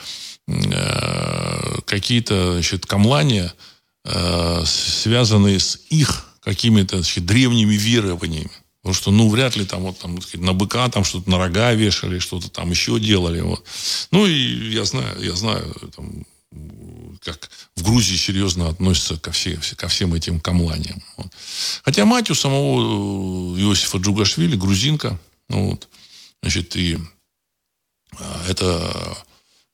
какие-то, значит, камлания, э, связанные с их какими-то, значит, древними верованиями. Потому что, ну, вряд ли там, вот, там, сказать, на быка там что-то на рога вешали, что-то там еще делали. Вот. Ну, и я знаю, я знаю там, как в Грузии серьезно относятся ко, все, ко всем этим камланиям. Вот. Хотя мать у самого Иосифа Джугашвили грузинка. Вот. Значит, и Это,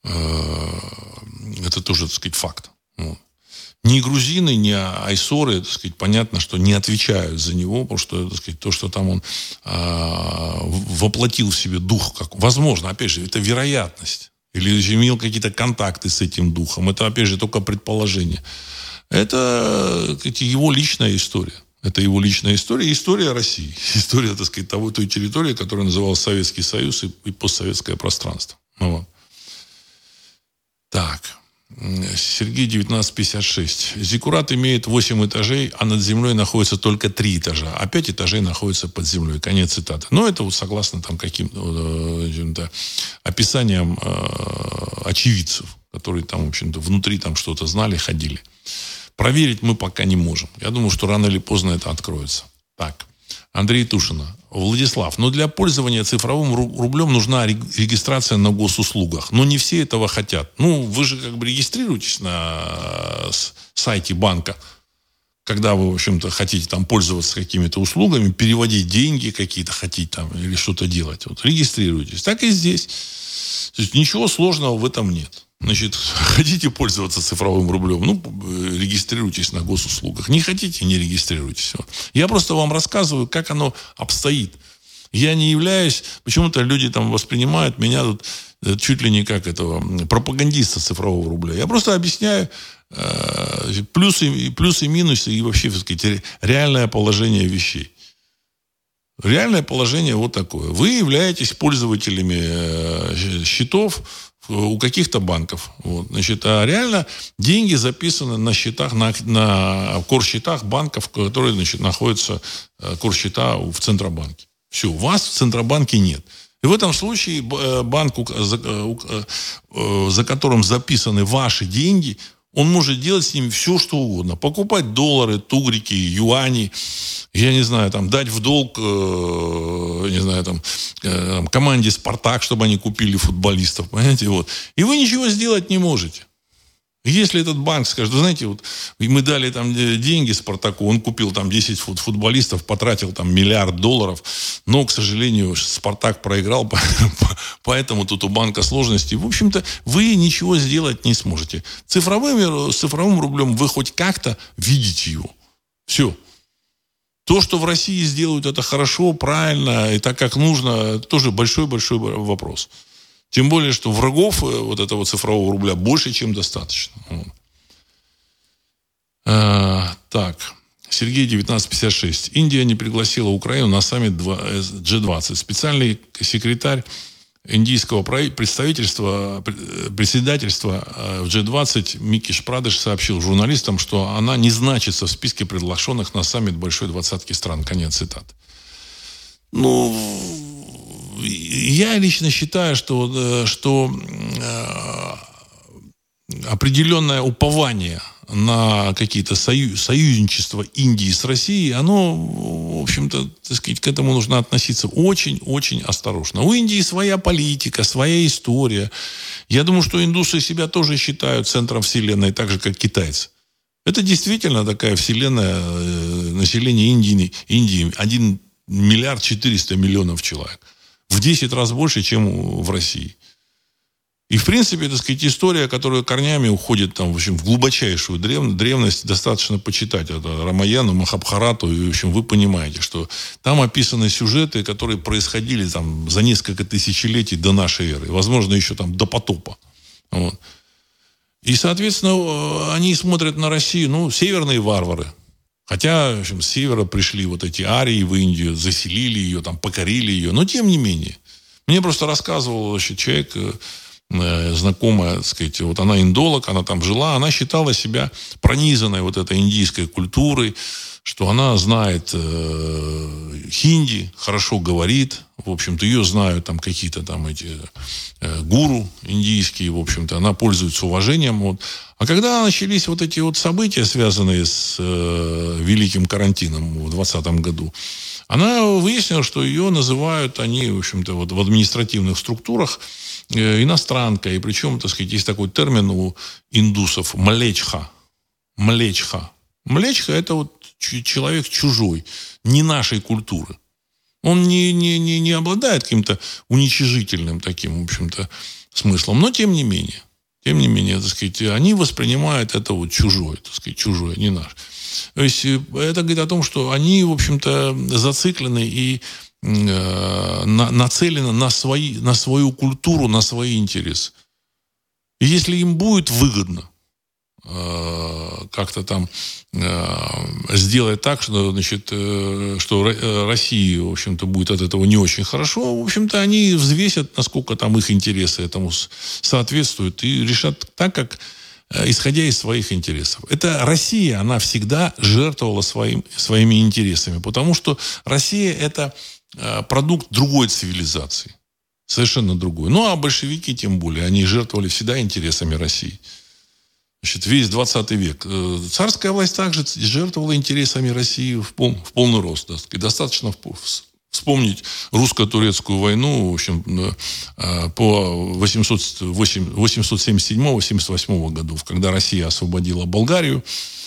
это тоже, так сказать, факт. Ни грузины, ни айсоры, так сказать, понятно, что не отвечают за него, потому что, так сказать, то, что там он а, воплотил в себе дух, как, возможно, опять же, это вероятность, или имел какие-то контакты с этим духом, это, опять же, только предположение. Это, так сказать, его личная история. Это его личная история, история России, история, так сказать, того, той территории, которая называлась Советский Союз и, и постсоветское пространство. Ну, вот. Так. Сергей, девятнадцать пятьдесят шесть. Зиккурат имеет восемь этажей, а над землей находится только три этажа, а пять этажей находится под землей. Конец цитаты. Но это вот согласно там каким-то э, описаниям э, очевидцев, которые там, в общем-то, внутри там что-то знали, ходили. Проверить мы пока не можем. Я думаю, что рано или поздно это откроется. Так. Андрей Тушина. Владислав, но для пользования цифровым рублем нужна регистрация на госуслугах. Но не все этого хотят. Ну, вы же как бы регистрируетесь на сайте банка, когда вы, в общем-то, хотите там пользоваться какими-то услугами, переводить деньги какие-то хотите там или что-то делать. Вот, регистрируйтесь. Так и здесь. То есть ничего сложного в этом нет. Значит, хотите пользоваться цифровым рублем, ну, регистрируйтесь на госуслугах. Не хотите, не регистрируйтесь. Вот. Я просто вам рассказываю, как оно обстоит. Я не являюсь... Почему-то люди там воспринимают меня тут чуть ли не как этого пропагандиста цифрового рубля. Я просто объясняю э, плюсы, плюсы и минусы и вообще, так сказать, реальное положение вещей. Реальное положение вот такое. Вы являетесь пользователями счетов у каких-то банков. Вот. Значит, а реально деньги записаны на счетах, на, на корсчетах банков, которые, значит, находятся, корсчета в Центробанке. Все, вас в Центробанке нет. И в этом случае банк, за, за которым записаны ваши деньги, он может делать с ними все, что угодно. Покупать доллары, тугрики, юани, я не знаю, там, дать в долг, э, не знаю, там, э, команде «Спартак», чтобы они купили футболистов, понимаете, вот. И вы ничего сделать не можете. Если этот банк скажет, вы знаете, вот мы дали там деньги «Спартаку», он купил там десять футболистов, потратил там миллиард долларов, но, к сожалению, «Спартак» проиграл, поэтому тут у банка сложности. В общем-то, вы ничего сделать не сможете. Цифровым, с цифровым рублем вы хоть как-то видите его. Все. То, что в России сделают это хорошо, правильно и так, как нужно, тоже большой-большой вопрос. Тем более, что врагов вот этого цифрового рубля больше, чем достаточно. Вот. А, так. Сергей, девятнадцать пятьдесят шесть. Индия не пригласила Украину на саммит джи двадцать. Специальный секретарь индийского представительства, председательства в джи двадцать Микиш Прадеш сообщил журналистам, что она не значится в списке приглашенных на саммит Большой Двадцатки стран. Конец цитаты. Ну... Я лично считаю, что, что определенное упование на какие-то сою, союзничества Индии с Россией, оно, в общем-то, так сказать, к этому нужно относиться очень-очень осторожно. У Индии своя политика, своя история. Я думаю, что индусы себя тоже считают центром вселенной, так же, как китайцы. Это действительно такая вселенная, население Индии, Индии один миллиард четыреста миллионов человек. В десять раз больше, чем в России. И, в принципе, так сказать, история, которая корнями уходит там, в общем, в глубочайшую древ... древность, достаточно почитать. Это Рамаяну, Махабхарату, и, в общем, вы понимаете, что там описаны сюжеты, которые происходили там за несколько тысячелетий до нашей эры. Возможно, еще там до потопа. Вот. И, соответственно, они смотрят на Россию, ну, северные варвары. Хотя, в общем, с севера пришли вот эти арии в Индию, заселили ее, там, покорили ее. Но, тем не менее. Мне просто рассказывал вообще, человек, э, знакомая, так сказать, вот она индолог, она там жила, она считала себя пронизанной вот этой индийской культурой, что она знает э, хинди, хорошо говорит, в общем-то, ее знают там какие-то там эти э, гуру индийские, в общем-то, она пользуется уважением. Вот. А когда начались вот эти вот события, связанные с э, великим карантином в двадцатом году, она выяснила, что ее называют они, в общем-то, вот в административных структурах э, иностранкой. И причем, так сказать, есть такой термин у индусов «млечха». Млечха. Млечха – это вот человек чужой, не нашей культуры. Он не, не, не, не обладает каким-то уничижительным таким, в общем-то, смыслом. Но тем не менее, тем не менее, так сказать, они воспринимают это вот чужое, так сказать, чужое, не наш. То есть это говорит о том, что они, в общем-то, зациклены и э, на, нацелены на, свои, на свою культуру, на свои интересы. И если им будет выгодно как-то там сделать так, что, значит, что России, в общем-то, будет от этого не очень хорошо, в общем-то, они взвесят, насколько там их интересы этому соответствуют, и решат так, как исходя из своих интересов. Это Россия, она всегда жертвовала своим, своими интересами, потому что Россия – это продукт другой цивилизации, совершенно другой. Ну, а большевики, тем более, они жертвовали всегда интересами России. Значит, весь двадцатый век. Царская власть также жертвовала интересами России в, пол, в полный рост. Да. И достаточно вспомнить русско-турецкую войну, в общем, по восемьсот семьдесят седьмому — восемьдесят восьмому году, когда Россия освободила Болгарию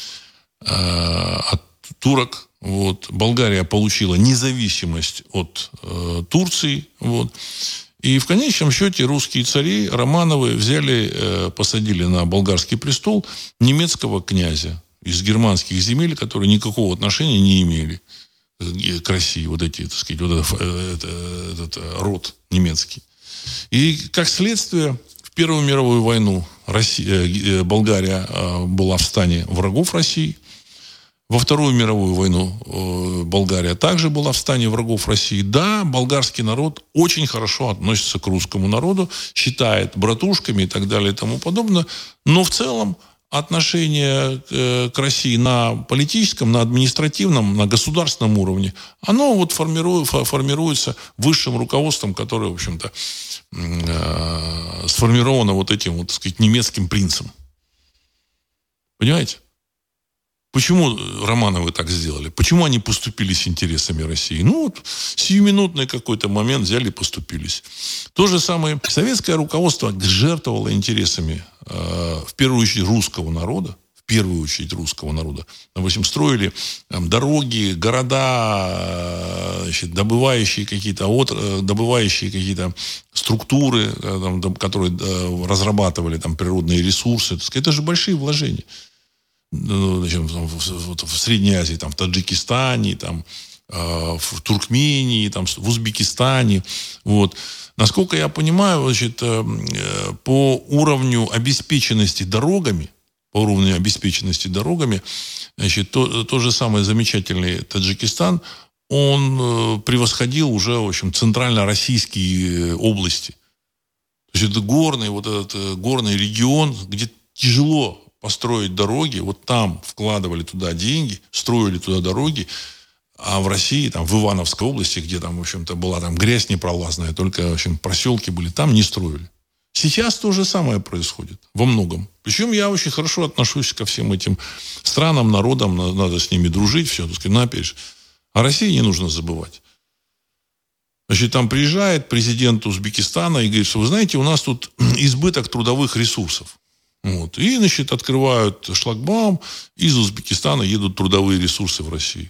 от турок. Вот. Болгария получила независимость от э, Турции. Вот. И в конечном счете русские цари Романовы взяли, э, посадили на болгарский престол немецкого князя из германских земель, которые никакого отношения не имели к России. Вот эти, так сказать, вот этот, этот, этот род немецкий. И как следствие, в Первую мировую войну Россия, Болгария была в стане врагов России. Во Вторую мировую войну Болгария также была в стане врагов России. Да, болгарский народ очень хорошо относится к русскому народу, считает братушками и так далее и тому подобное. Но в целом отношение к России на политическом, на административном, на государственном уровне, оно вот формируется, формируется высшим руководством, которое, в общем-то, сформировано вот этим, вот, так сказать, немецким принцем. Понимаете? Почему Романовы так сделали? Почему они поступили с интересами России? Ну, вот сиюминутный какой-то момент взяли и поступились. То же самое советское руководство жертвовало интересами, э, в первую очередь, русского народа. В первую очередь русского народа. Допустим, строили там, дороги, города, значит, добывающие какие-то, от, добывающие какие-то структуры, там, которые э, разрабатывали там, природные ресурсы. Это же большие вложения. Значит, в Средней Азии, там, в Таджикистане, там, в Туркмении, там, в Узбекистане. Вот. Насколько я понимаю, значит, по уровню обеспеченности дорогами, по уровню обеспеченности дорогами, значит, то, то же самое замечательный Таджикистан, он превосходил уже, в общем, центрально-российские области. То есть это горный, вот этот горный регион, где тяжело построить дороги, вот там вкладывали туда деньги, строили туда дороги, а в России, там, в Ивановской области, где там, в общем-то, была там грязь непролазная, только, в общем, проселки были, там не строили. Сейчас то же самое происходит во многом. Причем я очень хорошо отношусь ко всем этим странам, народам, надо с ними дружить, все, так сказать, но опять же, о России не нужно забывать. Значит, там приезжает президент Узбекистана и говорит, что, вы знаете, у нас тут избыток трудовых ресурсов. Вот. И, значит, открывают шлагбаум, из Узбекистана едут трудовые ресурсы в Россию.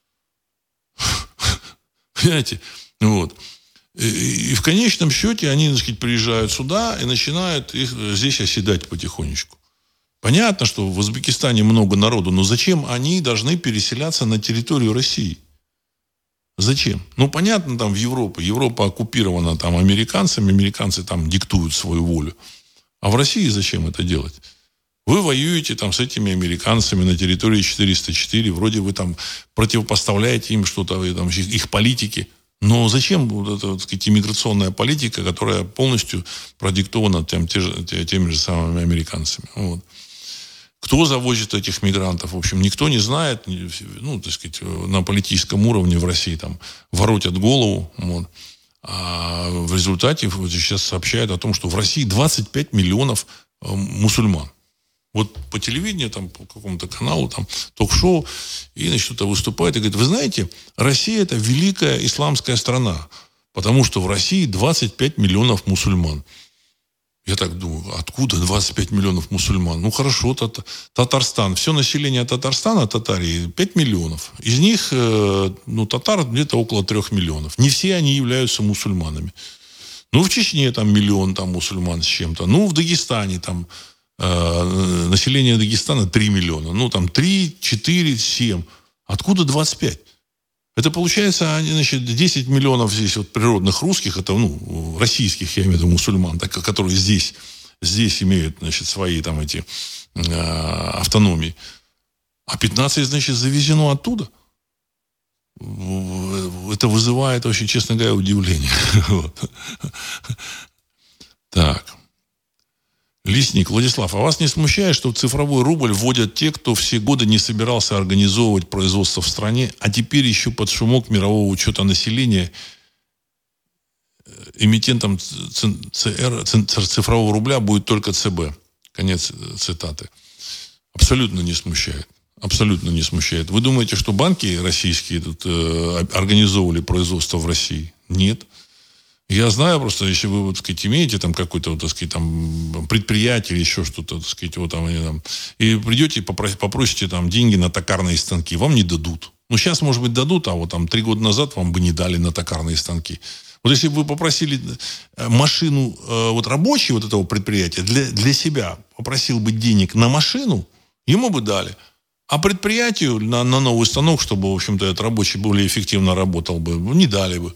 Понимаете? Вот. И, и в конечном счете они, так сказать, приезжают сюда и начинают их здесь оседать потихонечку. Понятно, что в Узбекистане много народу, но зачем они должны переселяться на территорию России? Зачем? Ну, понятно, там в Европе. Европа оккупирована там американцами, американцы там диктуют свою волю. А в России зачем это делать? Вы воюете там с этими американцами на территории четыреста четыре, вроде вы там противопоставляете им что-то, там, их политике. Но зачем вот эта, так сказать, иммиграционная политика, которая полностью продиктована тем, те же, теми же самыми американцами? Вот. Кто завозит этих мигрантов? В общем, никто не знает. Ну, так сказать, на политическом уровне в России там воротят голову. Вот. А в результате вот сейчас сообщают о том, что в России двадцать пять миллионов мусульман. Вот по телевидению, там, по какому-то каналу, там, ток-шоу, и, значит, кто-то выступает и говорит, вы знаете, Россия – это великая исламская страна, потому что в России двадцать пять миллионов мусульман. Я так думаю, откуда двадцать пять миллионов мусульман? Ну, хорошо, тат- Татарстан. Все население Татарстана, Татарии, пять миллионов. Из них, э, ну, татар где-то около трех миллионов. Не все они являются мусульманами. Ну, в Чечне там миллион там мусульман с чем-то. Ну, в Дагестане там э, население Дагестана три миллиона. Ну, там три, четыре, семь. Откуда двадцать пять? Это получается, значит, десять миллионов здесь вот природных русских, это, ну, российских, я имею в виду, мусульман, так, которые здесь, здесь имеют, значит, свои там эти э, автономии. А пятнадцать, значит, завезено оттуда. Это вызывает, очень, честно говоря, удивление. Так. Лесник, Владислав, а вас не смущает, что в цифровой рубль вводят те, кто все годы не собирался организовывать производство в стране, а теперь еще под шумок мирового учета населения эмитентом ЦР, цифрового рубля будет только ЦБ? Конец цитаты. Абсолютно не смущает. Абсолютно не смущает. Вы думаете, что банки российские тут э, организовывали производство в России? Нет. Я знаю просто, если вы, вот, так сказать, имеете там какое-то, вот, так сказать, там предприятие или еще что-то, так сказать, вот, там, там, и придете и попросите, попросите там деньги на токарные станки, вам не дадут. Ну, сейчас, может быть, дадут, а вот там три года назад вам бы не дали на токарные станки. Вот если бы вы попросили машину, вот рабочий вот этого предприятия для, для себя попросил бы денег на машину, ему бы дали. А предприятию на, на новый станок, чтобы, в общем-то, этот рабочий более эффективно работал бы, не дали бы.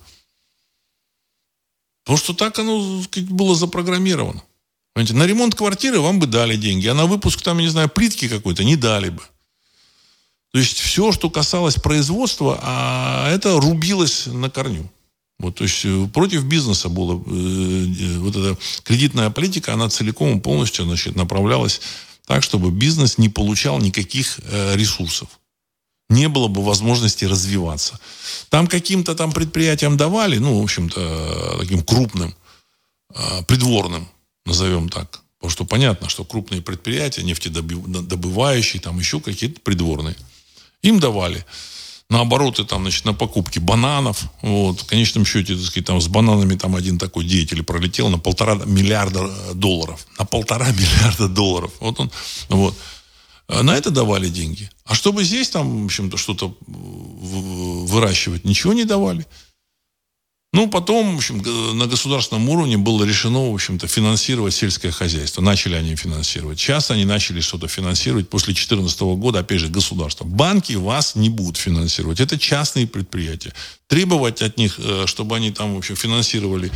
Потому что так оно, так сказать, было запрограммировано. Понимаете, на ремонт квартиры вам бы дали деньги, а на выпуск там, я не знаю, плитки какой-то не дали бы. То есть все, что касалось производства, а это рубилось на корню. Вот, то есть против бизнеса была э, вот эта кредитная политика, она целиком и полностью, значит, направлялась так, чтобы бизнес не получал никаких э, ресурсов. Не было бы возможности развиваться. Там каким-то там предприятиям давали, ну, в общем-то, таким крупным, э, придворным, назовем так. Потому что понятно, что крупные предприятия, нефтедобывающие, там еще какие-то придворные, им давали на обороты, там, значит, на покупки бананов. Вот. В конечном счете, так сказать, там, с бананами там один такой деятель пролетел на полтора миллиарда долларов. На полтора миллиарда долларов. Вот он. Вот. На это давали деньги. А чтобы здесь там, в общем-то, что-то выращивать, ничего не давали. Ну, потом, в общем, на государственном уровне было решено, в общем-то, финансировать сельское хозяйство. Начали они финансировать. Сейчас они начали что-то финансировать. После две тысячи четырнадцатого года, опять же, государство. Банки вас не будут финансировать. Это частные предприятия. Требовать от них, чтобы они там, в общем, финансировали,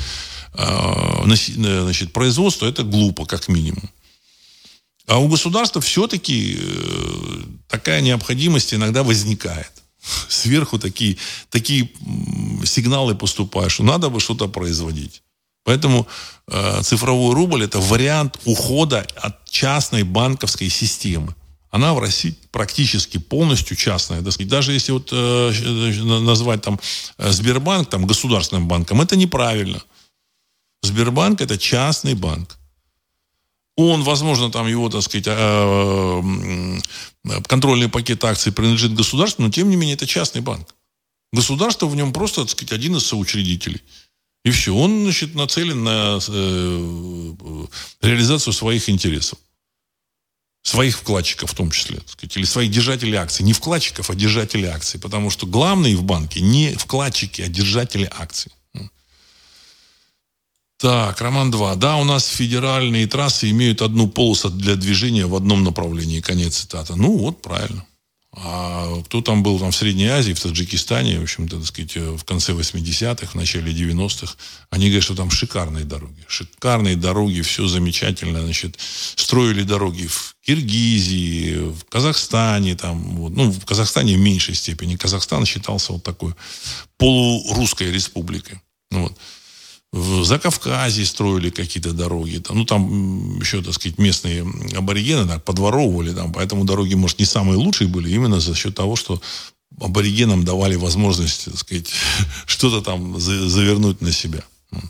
значит, производство, это глупо, как минимум. А у государства все-таки такая необходимость иногда возникает. Сверху такие, такие сигналы поступают, что надо бы что-то производить. Поэтому э, цифровой рубль – это вариант ухода от частной банковской системы. Она в России практически полностью частная. Даже если вот, э, назвать там Сбербанк там, государственным банком, это неправильно. Сбербанк – это частный банк. Он, возможно, там его, так сказать, контрольный пакет акций принадлежит государству, но, тем не менее, это частный банк. Государство в нем просто, так сказать, один из соучредителей. И все. Он, значит, нацелен на реализацию своих интересов. Своих вкладчиков в том числе. Так сказать, или своих держателей акций. Не вкладчиков, а держателей акций. Потому что главные в банке не вкладчики, а держатели акций. Так, Роман два. Да, у нас федеральные трассы имеют одну полосу для движения в одном направлении. Конец цитаты. Ну, вот, правильно. А кто там был там в Средней Азии, в Таджикистане, в общем-то, так сказать, в конце восьмидесятых, в начале девяностых, они говорят, что там шикарные дороги. Шикарные дороги, все замечательно. Значит, строили дороги в Киргизии, в Казахстане. Там, вот. Ну, в Казахстане в меньшей степени. Казахстан считался вот такой полурусской республикой. Вот. В Закавказье строили какие-то дороги. Там, ну, там еще, так сказать, местные аборигены так, подворовывали. Там, поэтому дороги, может, не самые лучшие были именно за счет того, что аборигенам давали возможность, так сказать, что-то там завернуть на себя.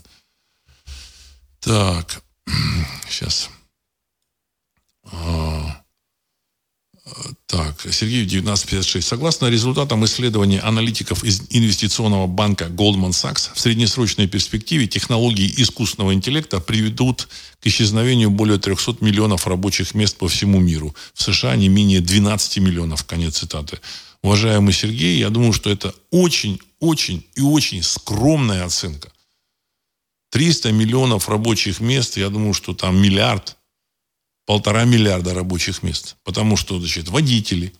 Так. Сейчас. Так, Сергей, девятнадцать пятьдесят шесть. Согласно результатам исследования аналитиков из инвестиционного банка Goldman Sachs, в среднесрочной перспективе технологии искусственного интеллекта приведут к исчезновению более триста миллионов рабочих мест по всему миру. В США не менее двенадцать миллионов. Конец цитаты. Уважаемый Сергей, я думаю, что это очень, очень и очень скромная оценка. триста миллионов рабочих мест, я думаю, что там миллиард, полтора миллиарда рабочих мест. Потому что, значит, водители,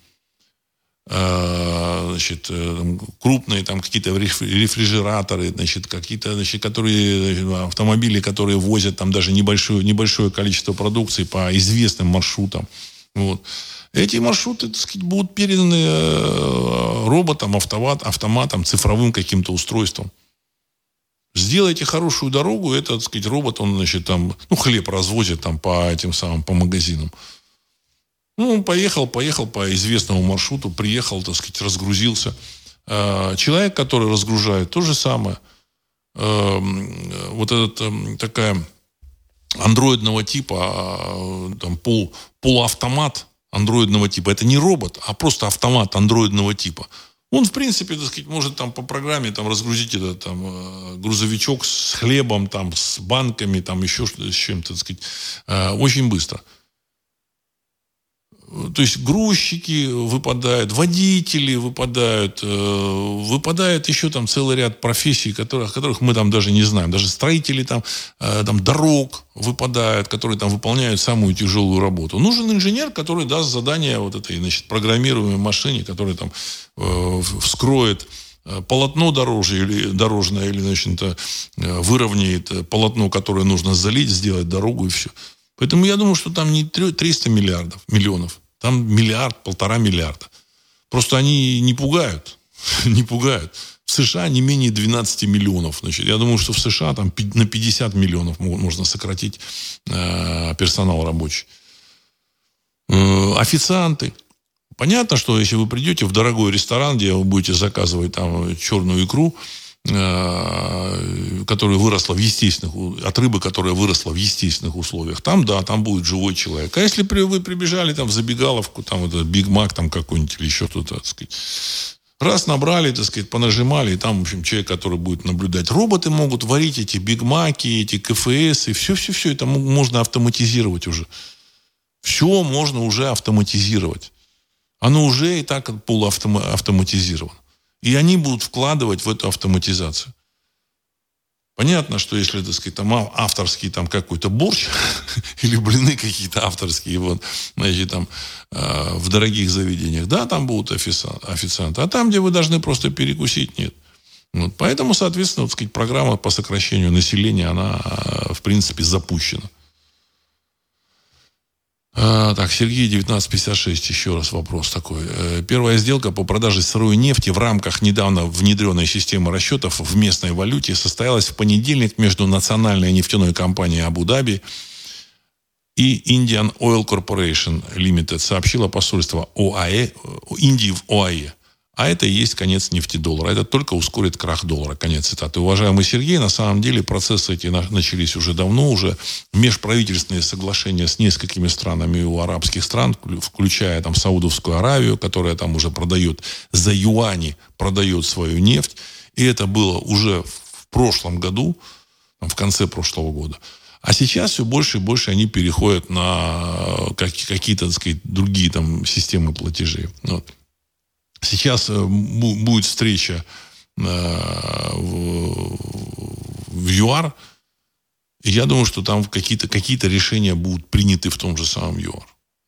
э, значит, э, крупные там какие-то рефрижераторы, значит, какие-то, значит, которые, значит, автомобили, которые возят там даже небольшое, небольшое количество продукции по известным маршрутам. Вот. Эти маршруты, так сказать, будут переданы э, роботам, автомат, автоматам, цифровым каким-то устройством. Сделайте хорошую дорогу, это, так сказать, робот, он, значит, там, ну, хлеб развозит там по этим самым, по магазинам. Ну, он поехал, поехал по известному маршруту, приехал, так сказать, разгрузился. Э, человек, который разгружает, то же самое. Э, вот этот, э, такая андроидного типа, э, там, пол, полуавтомат андроидного типа. Это не робот, а просто автомат андроидного типа. Он, в принципе, так сказать, может там по программе там разгрузить этот там грузовичок с хлебом, там, с банками, там еще с чем-то, так сказать, очень быстро. То есть грузчики выпадают, водители выпадают, выпадает еще там целый ряд профессий, которых, о которых мы там даже не знаем. Даже строители там, там дорог выпадают, которые там выполняют самую тяжелую работу. Нужен инженер, который даст задание вот этой, значит, программируемой машине, которая там э, вскроет полотно дорожье или дорожное, или, значит, выровняет полотно, которое нужно залить, сделать дорогу и все. Поэтому я думаю, что там не триста миллиардов, миллионов. Там миллиард, полтора миллиарда. Просто они не пугают. Не пугают. В США не менее двенадцать миллионов. Значит, я думаю, что в США там на пятьдесят миллионов можно сократить э, персонал рабочий. Э, официанты. Понятно, что если вы придете в дорогой ресторан, где вы будете заказывать там черную икру, которая выросла в естественных, от рыбы, которая выросла в естественных условиях, там, да, там будет живой человек. А если вы прибежали там в забегаловку, там это Биг Мак там какой-нибудь или еще что-то, так сказать, раз набрали, так сказать, понажимали, и там, в общем, человек, который будет наблюдать. Роботы могут варить эти Биг Маки, эти ка эф эс, и все-все-все это можно автоматизировать уже. Все можно уже автоматизировать. Оно уже и так полуавтоматизировано. И они будут вкладывать в эту автоматизацию. Понятно, что если, так сказать, там авторский там какой-то борщ или блины какие-то авторские, вот, значит, там э, в дорогих заведениях, да, там будут официанты. А там, где вы должны просто перекусить, нет. Вот, поэтому, соответственно, вот, так сказать, программа по сокращению населения, она, в принципе, запущена. А, так, Сергей, девятнадцать пятьдесят шесть, еще раз вопрос такой. Первая сделка по продаже сырой нефти в рамках недавно внедренной системы расчетов в местной валюте состоялась в понедельник между национальной нефтяной компанией Абу-Даби и Indian Oil Corporation Limited, сообщило посольство ОАЭ, Индии в ОАЭ. А это и есть конец нефтедоллара. Это только ускорит крах доллара. Конец цитаты. Уважаемый Сергей, на самом деле процессы эти начались уже давно. Уже межправительственные соглашения с несколькими странами у арабских стран, включая там Саудовскую Аравию, которая там уже продает за юани, продает свою нефть. И это было уже в прошлом году, в конце прошлого года. А сейчас все больше и больше они переходят на какие-то, так сказать, другие там системы платежей. Вот. Сейчас будет встреча в ЮАР, и я думаю, что там какие-то, какие-то решения будут приняты в том же самом ЮАР.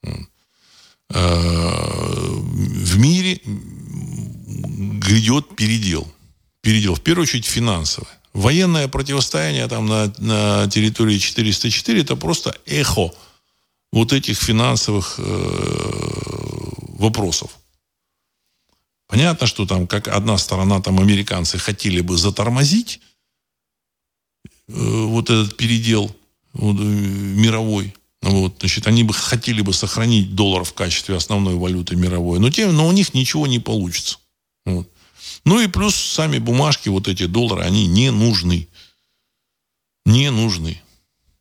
В мире грядет передел. Передел, в первую очередь, финансовый. Военное противостояние там на, на территории четыреста четыре это просто эхо вот этих финансовых э, вопросов. Понятно, что там как одна сторона, там американцы хотели бы затормозить э, вот этот передел вот, мировой. Вот, значит, они бы хотели бы сохранить доллар в качестве основной валюты мировой, но, тем, но у них ничего не получится. Вот. Ну и плюс сами бумажки, вот эти доллары, они не нужны. Не нужны.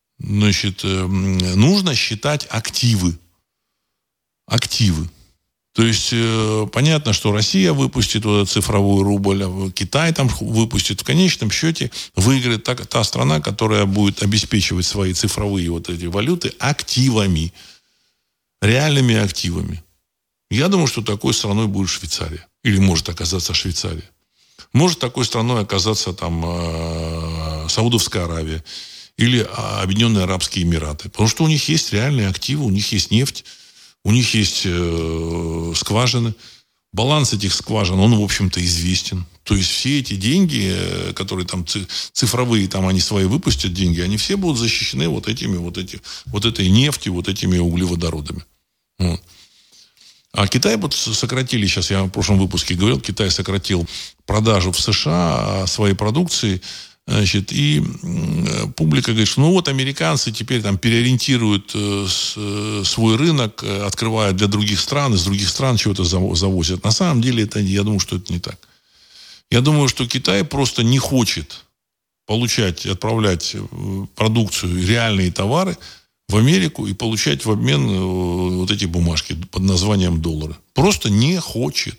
Значит, э, нужно считать активы. Активы. То есть, э, понятно, что Россия выпустит вот этот цифровой рубль, а Китай там выпустит. В конечном счете выиграет та, та страна, которая будет обеспечивать свои цифровые вот эти валюты активами, реальными активами. Я думаю, что такой страной будет Швейцария. Или может оказаться Швейцария. Может такой страной оказаться там э, Саудовская Аравия или Объединенные Арабские Эмираты. Потому что у них есть реальные активы, у них есть нефть, у них есть э, скважины. Баланс этих скважин, он, в общем-то, известен. То есть все эти деньги, которые там цифровые, там они свои выпустят деньги, они все будут защищены вот этими, вот эти, вот этой нефтью, вот этими углеводородами. Вот. А Китай вот сократили, сейчас я в прошлом выпуске говорил, Китай сократил продажу в США своей продукции, значит, и публика говорит, что ну вот американцы теперь там переориентируют свой рынок, открывают для других стран, из других стран чего-то завозят. На самом деле, это, я думаю, что это не так. Я думаю, что Китай просто не хочет получать, отправлять продукцию, реальные товары в Америку и получать в обмен вот эти бумажки под названием доллары. Просто не хочет.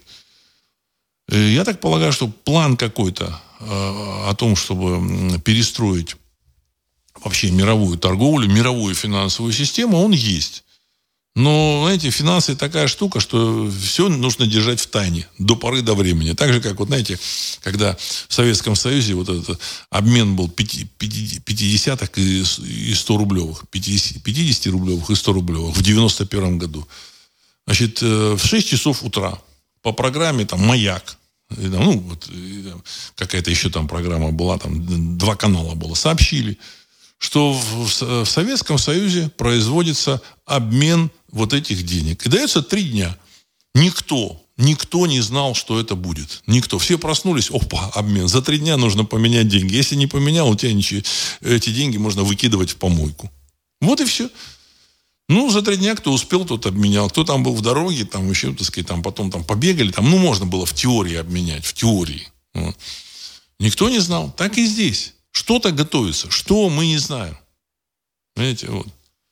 Я так полагаю, что план какой-то о том, чтобы перестроить вообще мировую торговлю, мировую финансовую систему, он есть. Но, знаете, финансы такая штука, что все нужно держать в тайне до поры до времени. Так же, как, вот, знаете, когда в Советском Союзе вот этот обмен был пятидесятых и сто-рублевых, пятидесятирублевых и сто-рублевых в девяносто первом году. Значит, в шесть часов утра по программе там «Маяк», ну, вот, какая-то еще там программа была, там два канала было, сообщили, что в, в Советском Союзе производится обмен вот этих денег. И дается три дня. Никто, никто не знал, что это будет. Никто. Все проснулись, опа, обмен. За три дня нужно поменять деньги. Если не поменял, у тебя ничего, эти деньги можно выкидывать в помойку. Вот и все. Ну, за три дня кто успел, тот обменял. Кто там был в дороге, там еще, так сказать, там потом там побегали. Там, ну, можно было в теории обменять. В теории. Вот. Никто не знал. Так и здесь. Что-то готовится. Что, мы не знаем. Понимаете, вот.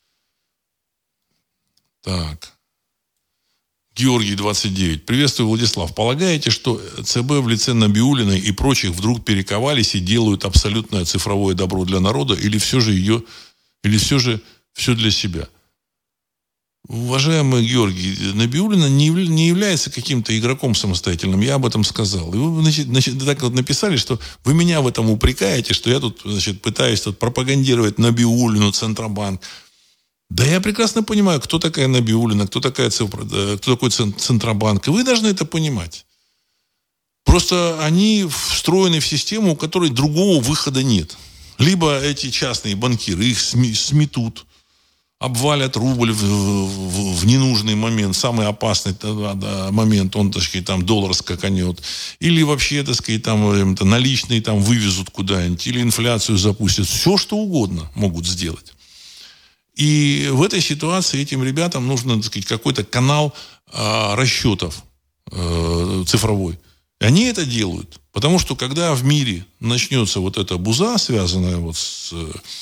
Так. Георгий, двадцать девять. Приветствую, Владислав. Полагаете, что ЦБ в лице Набиуллиной и прочих вдруг перековались и делают абсолютное цифровое добро для народа? Или все же ее, или все же все для себя? Уважаемый Георгий, Набиуллина не, яв... не является каким-то игроком самостоятельным. Я об этом сказал. И вы, значит, значит, так вот написали, что вы меня в этом упрекаете, что я тут, значит, пытаюсь тут пропагандировать Набиуллину, Центробанк. Да я прекрасно понимаю, кто такая Набиуллина, кто, такая, кто такой Центробанк. И вы должны это понимать. Просто они встроены в систему, у которой другого выхода нет. Либо эти частные банкиры их сметут, обвалят рубль в, в, в ненужный момент, самый опасный да, да, момент, он, так сказать, там доллар скаканет. Или вообще, так сказать, там наличные там вывезут куда-нибудь, или инфляцию запустят. Все, что угодно могут сделать. И в этой ситуации этим ребятам нужно, так сказать, какой-то канал э, расчетов э, цифровой. И они это делают. Потому что когда в мире начнется вот эта буза, связанная вот с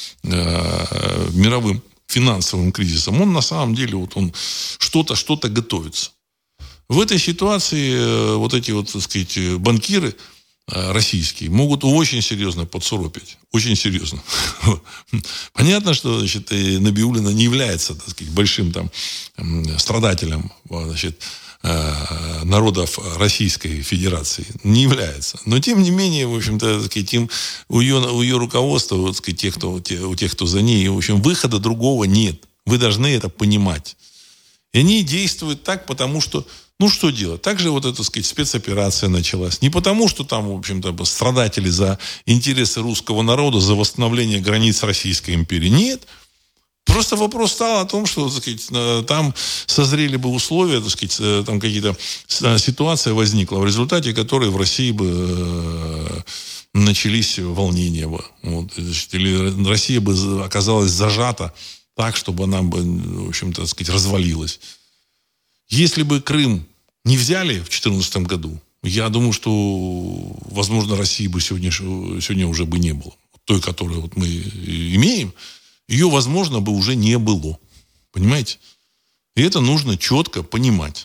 э, мировым финансовым кризисом, он на самом деле вот он что-то, что-то готовится. В этой ситуации вот эти вот, так сказать, банкиры российские могут очень серьезно подсуропить. Очень серьезно. Понятно, что, значит, Набиуллина не является, так сказать, большим там страдателем, значит, народов Российской Федерации. Не является. Но, тем не менее, в общем-то, так сказать, им, у, ее, у ее руководства, вот, так сказать, тех, кто, те, у тех, кто за ней, в общем, выхода другого нет. Вы должны это понимать. И они действуют так, потому что, ну, что делать? Также вот эта, так сказать, спецоперация началась. Не потому, что там, в общем-то, страдатели за интересы русского народа, за восстановление границ Российской империи. Нет. Просто вопрос стал о том, что, так сказать, там созрели бы условия, так сказать, там какие-то ситуация возникла, в результате которой в России бы начались волнения бы. Вот, или Россия бы оказалась зажата так, чтобы она бы, в общем-то, так сказать, развалилась. Если бы Крым не взяли в две тысячи четырнадцатом году, я думаю, что, возможно, России бы сегодня, сегодня уже бы не было. Той, которую вот мы имеем, ее, возможно, бы уже не было. Понимаете? И это нужно четко понимать.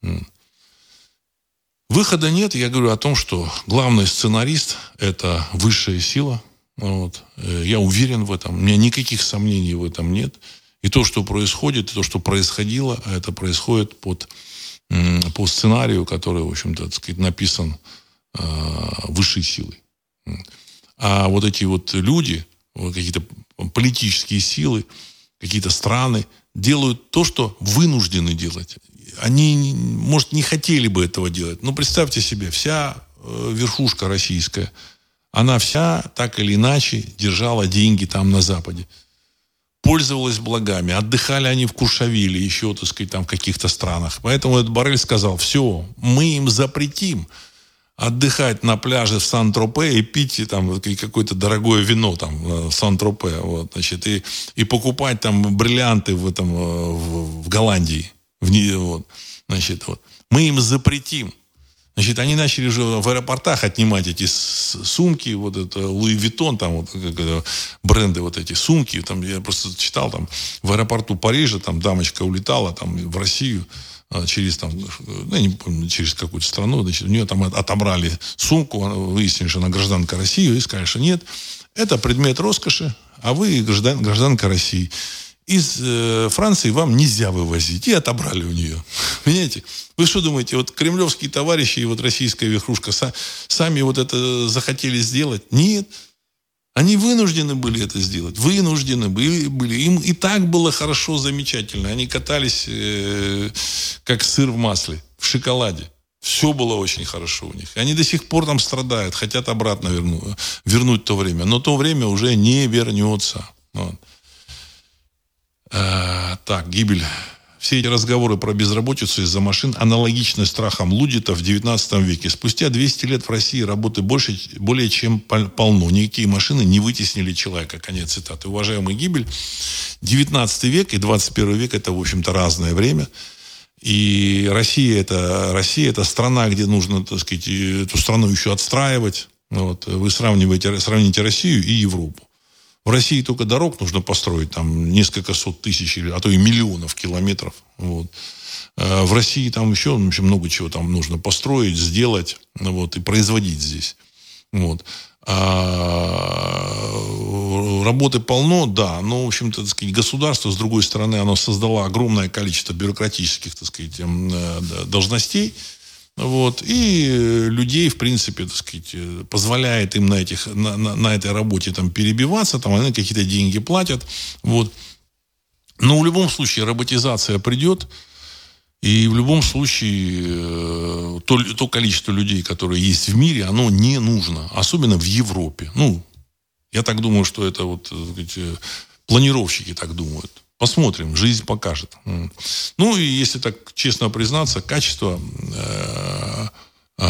Выхода нет. Я говорю о том, что главный сценарист – это высшая сила. Вот. Я уверен в этом. У меня никаких сомнений в этом нет. И то, что происходит, и то, что происходило, это происходит под, по сценарию, который, в общем-то, так сказать, написан э, высшей силой. А вот эти вот люди, вот какие-то политические силы, какие-то страны делают то, что вынуждены делать. Они, может, не хотели бы этого делать. Но представьте себе, вся э, верхушка российская, она вся так или иначе держала деньги там на Западе. Пользовалась благами. Отдыхали они в Куршавеле, еще, так сказать, там в каких-то странах. Поэтому этот Боррель сказал, все, мы им запретим отдыхать на пляже в Сан-Тропе и пить там какое-то дорогое вино там в Сан-Тропе. Вот, значит, и, и покупать там бриллианты в, этом, в, в Голландии. В, вот, значит, вот. Мы им запретим. Значит, они начали уже в аэропортах отнимать эти сумки, вот это Луи Виттон, там вот бренды вот эти сумки. Там, я просто читал, там в аэропорту Парижа там дамочка улетала там в Россию через там, ну, я не помню, через какую-то страну, значит, у нее там отобрали сумку, выяснили, что она гражданка России, и сказали, что нет, это предмет роскоши, а вы граждан, гражданка России. Из э, Франции вам нельзя вывозить. И отобрали у нее. Понимаете? Вы что думаете, вот кремлевские товарищи и вот российская верхушка са- сами вот это захотели сделать? Нет. Они вынуждены были это сделать. Вынуждены были. были. Им и так было хорошо, замечательно. Они катались э, как сыр в масле, в шоколаде. Все было очень хорошо у них. И они до сих пор там страдают, хотят обратно верну, вернуть то время. Но то время уже не вернется. Вот. А, так, гибель. Все эти разговоры про безработицу из-за машин аналогичны страхам лудитов в девятнадцатом веке. Спустя двести лет в России работы больше, более чем полно. Никакие машины не вытеснили человека. Конец цитаты. Уважаемый Гибель, девятнадцатый век и двадцать первый век – это, в общем-то, разное время. И Россия это, Россия – это страна, где нужно, так сказать, эту страну еще отстраивать. Вот. Вы сравниваете, сравните Россию и Европу. В России только дорог нужно построить там несколько сот тысяч, а то и миллионов километров. Вот. В России там еще, в общем, много чего там нужно построить, сделать, вот, и производить здесь. Вот. А работы полно, да, но, в общем-то, так сказать, государство, с другой стороны, оно создало огромное количество бюрократических, так сказать, должностей. Вот, и людей, в принципе, так сказать, позволяет им на, этих, на, на, на этой работе там, перебиваться, там, они какие-то деньги платят. Вот. Но в любом случае роботизация придет, и в любом случае то, то количество людей, которые есть в мире, оно не нужно, особенно в Европе. Ну, я так думаю, что это вот, так сказать, планировщики так думают. Посмотрим, жизнь покажет. Ну, и если так честно признаться, качество э, э,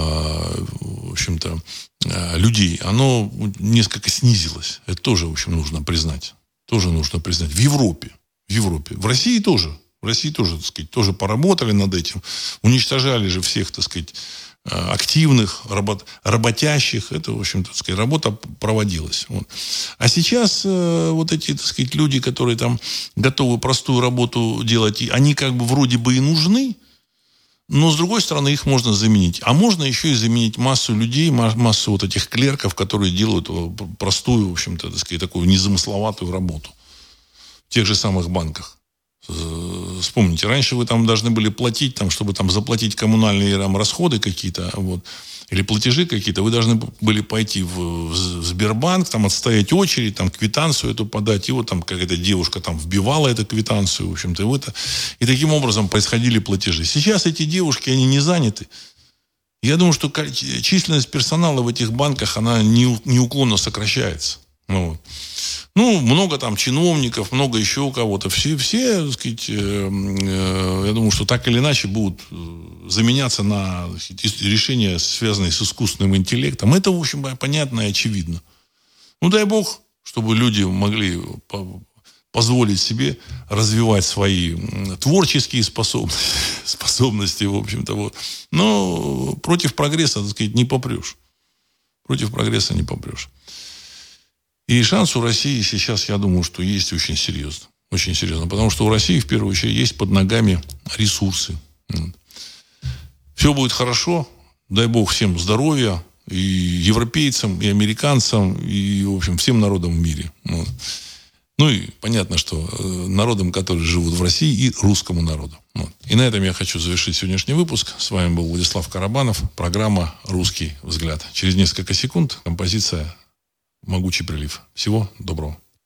в общем-то, э, людей, оно несколько снизилось. Это тоже, в общем, нужно признать. Тоже нужно признать. В Европе. В Европе. В России тоже. В России тоже, так сказать, тоже поработали над этим. Уничтожали же всех, так сказать, активных, работ, работящих. Это, в общем-то, так сказать, работа проводилась. Вот. А сейчас э, вот эти, так сказать, люди, которые там готовы простую работу делать, они как бы вроде бы и нужны, но, с другой стороны, их можно заменить. А можно еще и заменить массу людей, массу вот этих клерков, которые делают простую, в общем-то, так сказать, такую незамысловатую работу в тех же самых банках. Вспомните, раньше вы там должны были платить, там, чтобы там, заплатить коммунальные там, расходы какие-то, вот, или платежи какие-то, вы должны были пойти в, в Сбербанк, там, отстоять очередь, там, квитанцию эту подать, и вот там какая-то девушка там вбивала эту квитанцию, в общем-то, и, это, и таким образом происходили платежи. Сейчас эти девушки, они не заняты. Я думаю, что численность персонала в этих банках, она неуклонно сокращается. Вот. Ну, много там чиновников, много еще кого-то. Все, все, так сказать, э, э, я думаю, что так или иначе будут заменяться на, так сказать, решения, связанные с искусственным интеллектом. Это, в общем, понятно и очевидно. Ну, дай бог, чтобы люди могли по- позволить себе развивать свои творческие способности, способности, в общем-то. Вот. Но против прогресса, так сказать, не попрешь. Против прогресса не попрешь. И шанс у России сейчас, я думаю, что есть очень серьезно. Очень серьезно. Потому что у России, в первую очередь, есть под ногами ресурсы. Все будет хорошо. Дай Бог всем здоровья. И европейцам, и американцам, и, в общем, всем народам в мире. Вот. Ну и понятно, что народам, которые живут в России, и русскому народу. Вот. И на этом я хочу завершить сегодняшний выпуск. С вами был Владислав Карабанов. Программа «Русский взгляд». Через несколько секунд композиция «Могучий прилив». Всего доброго.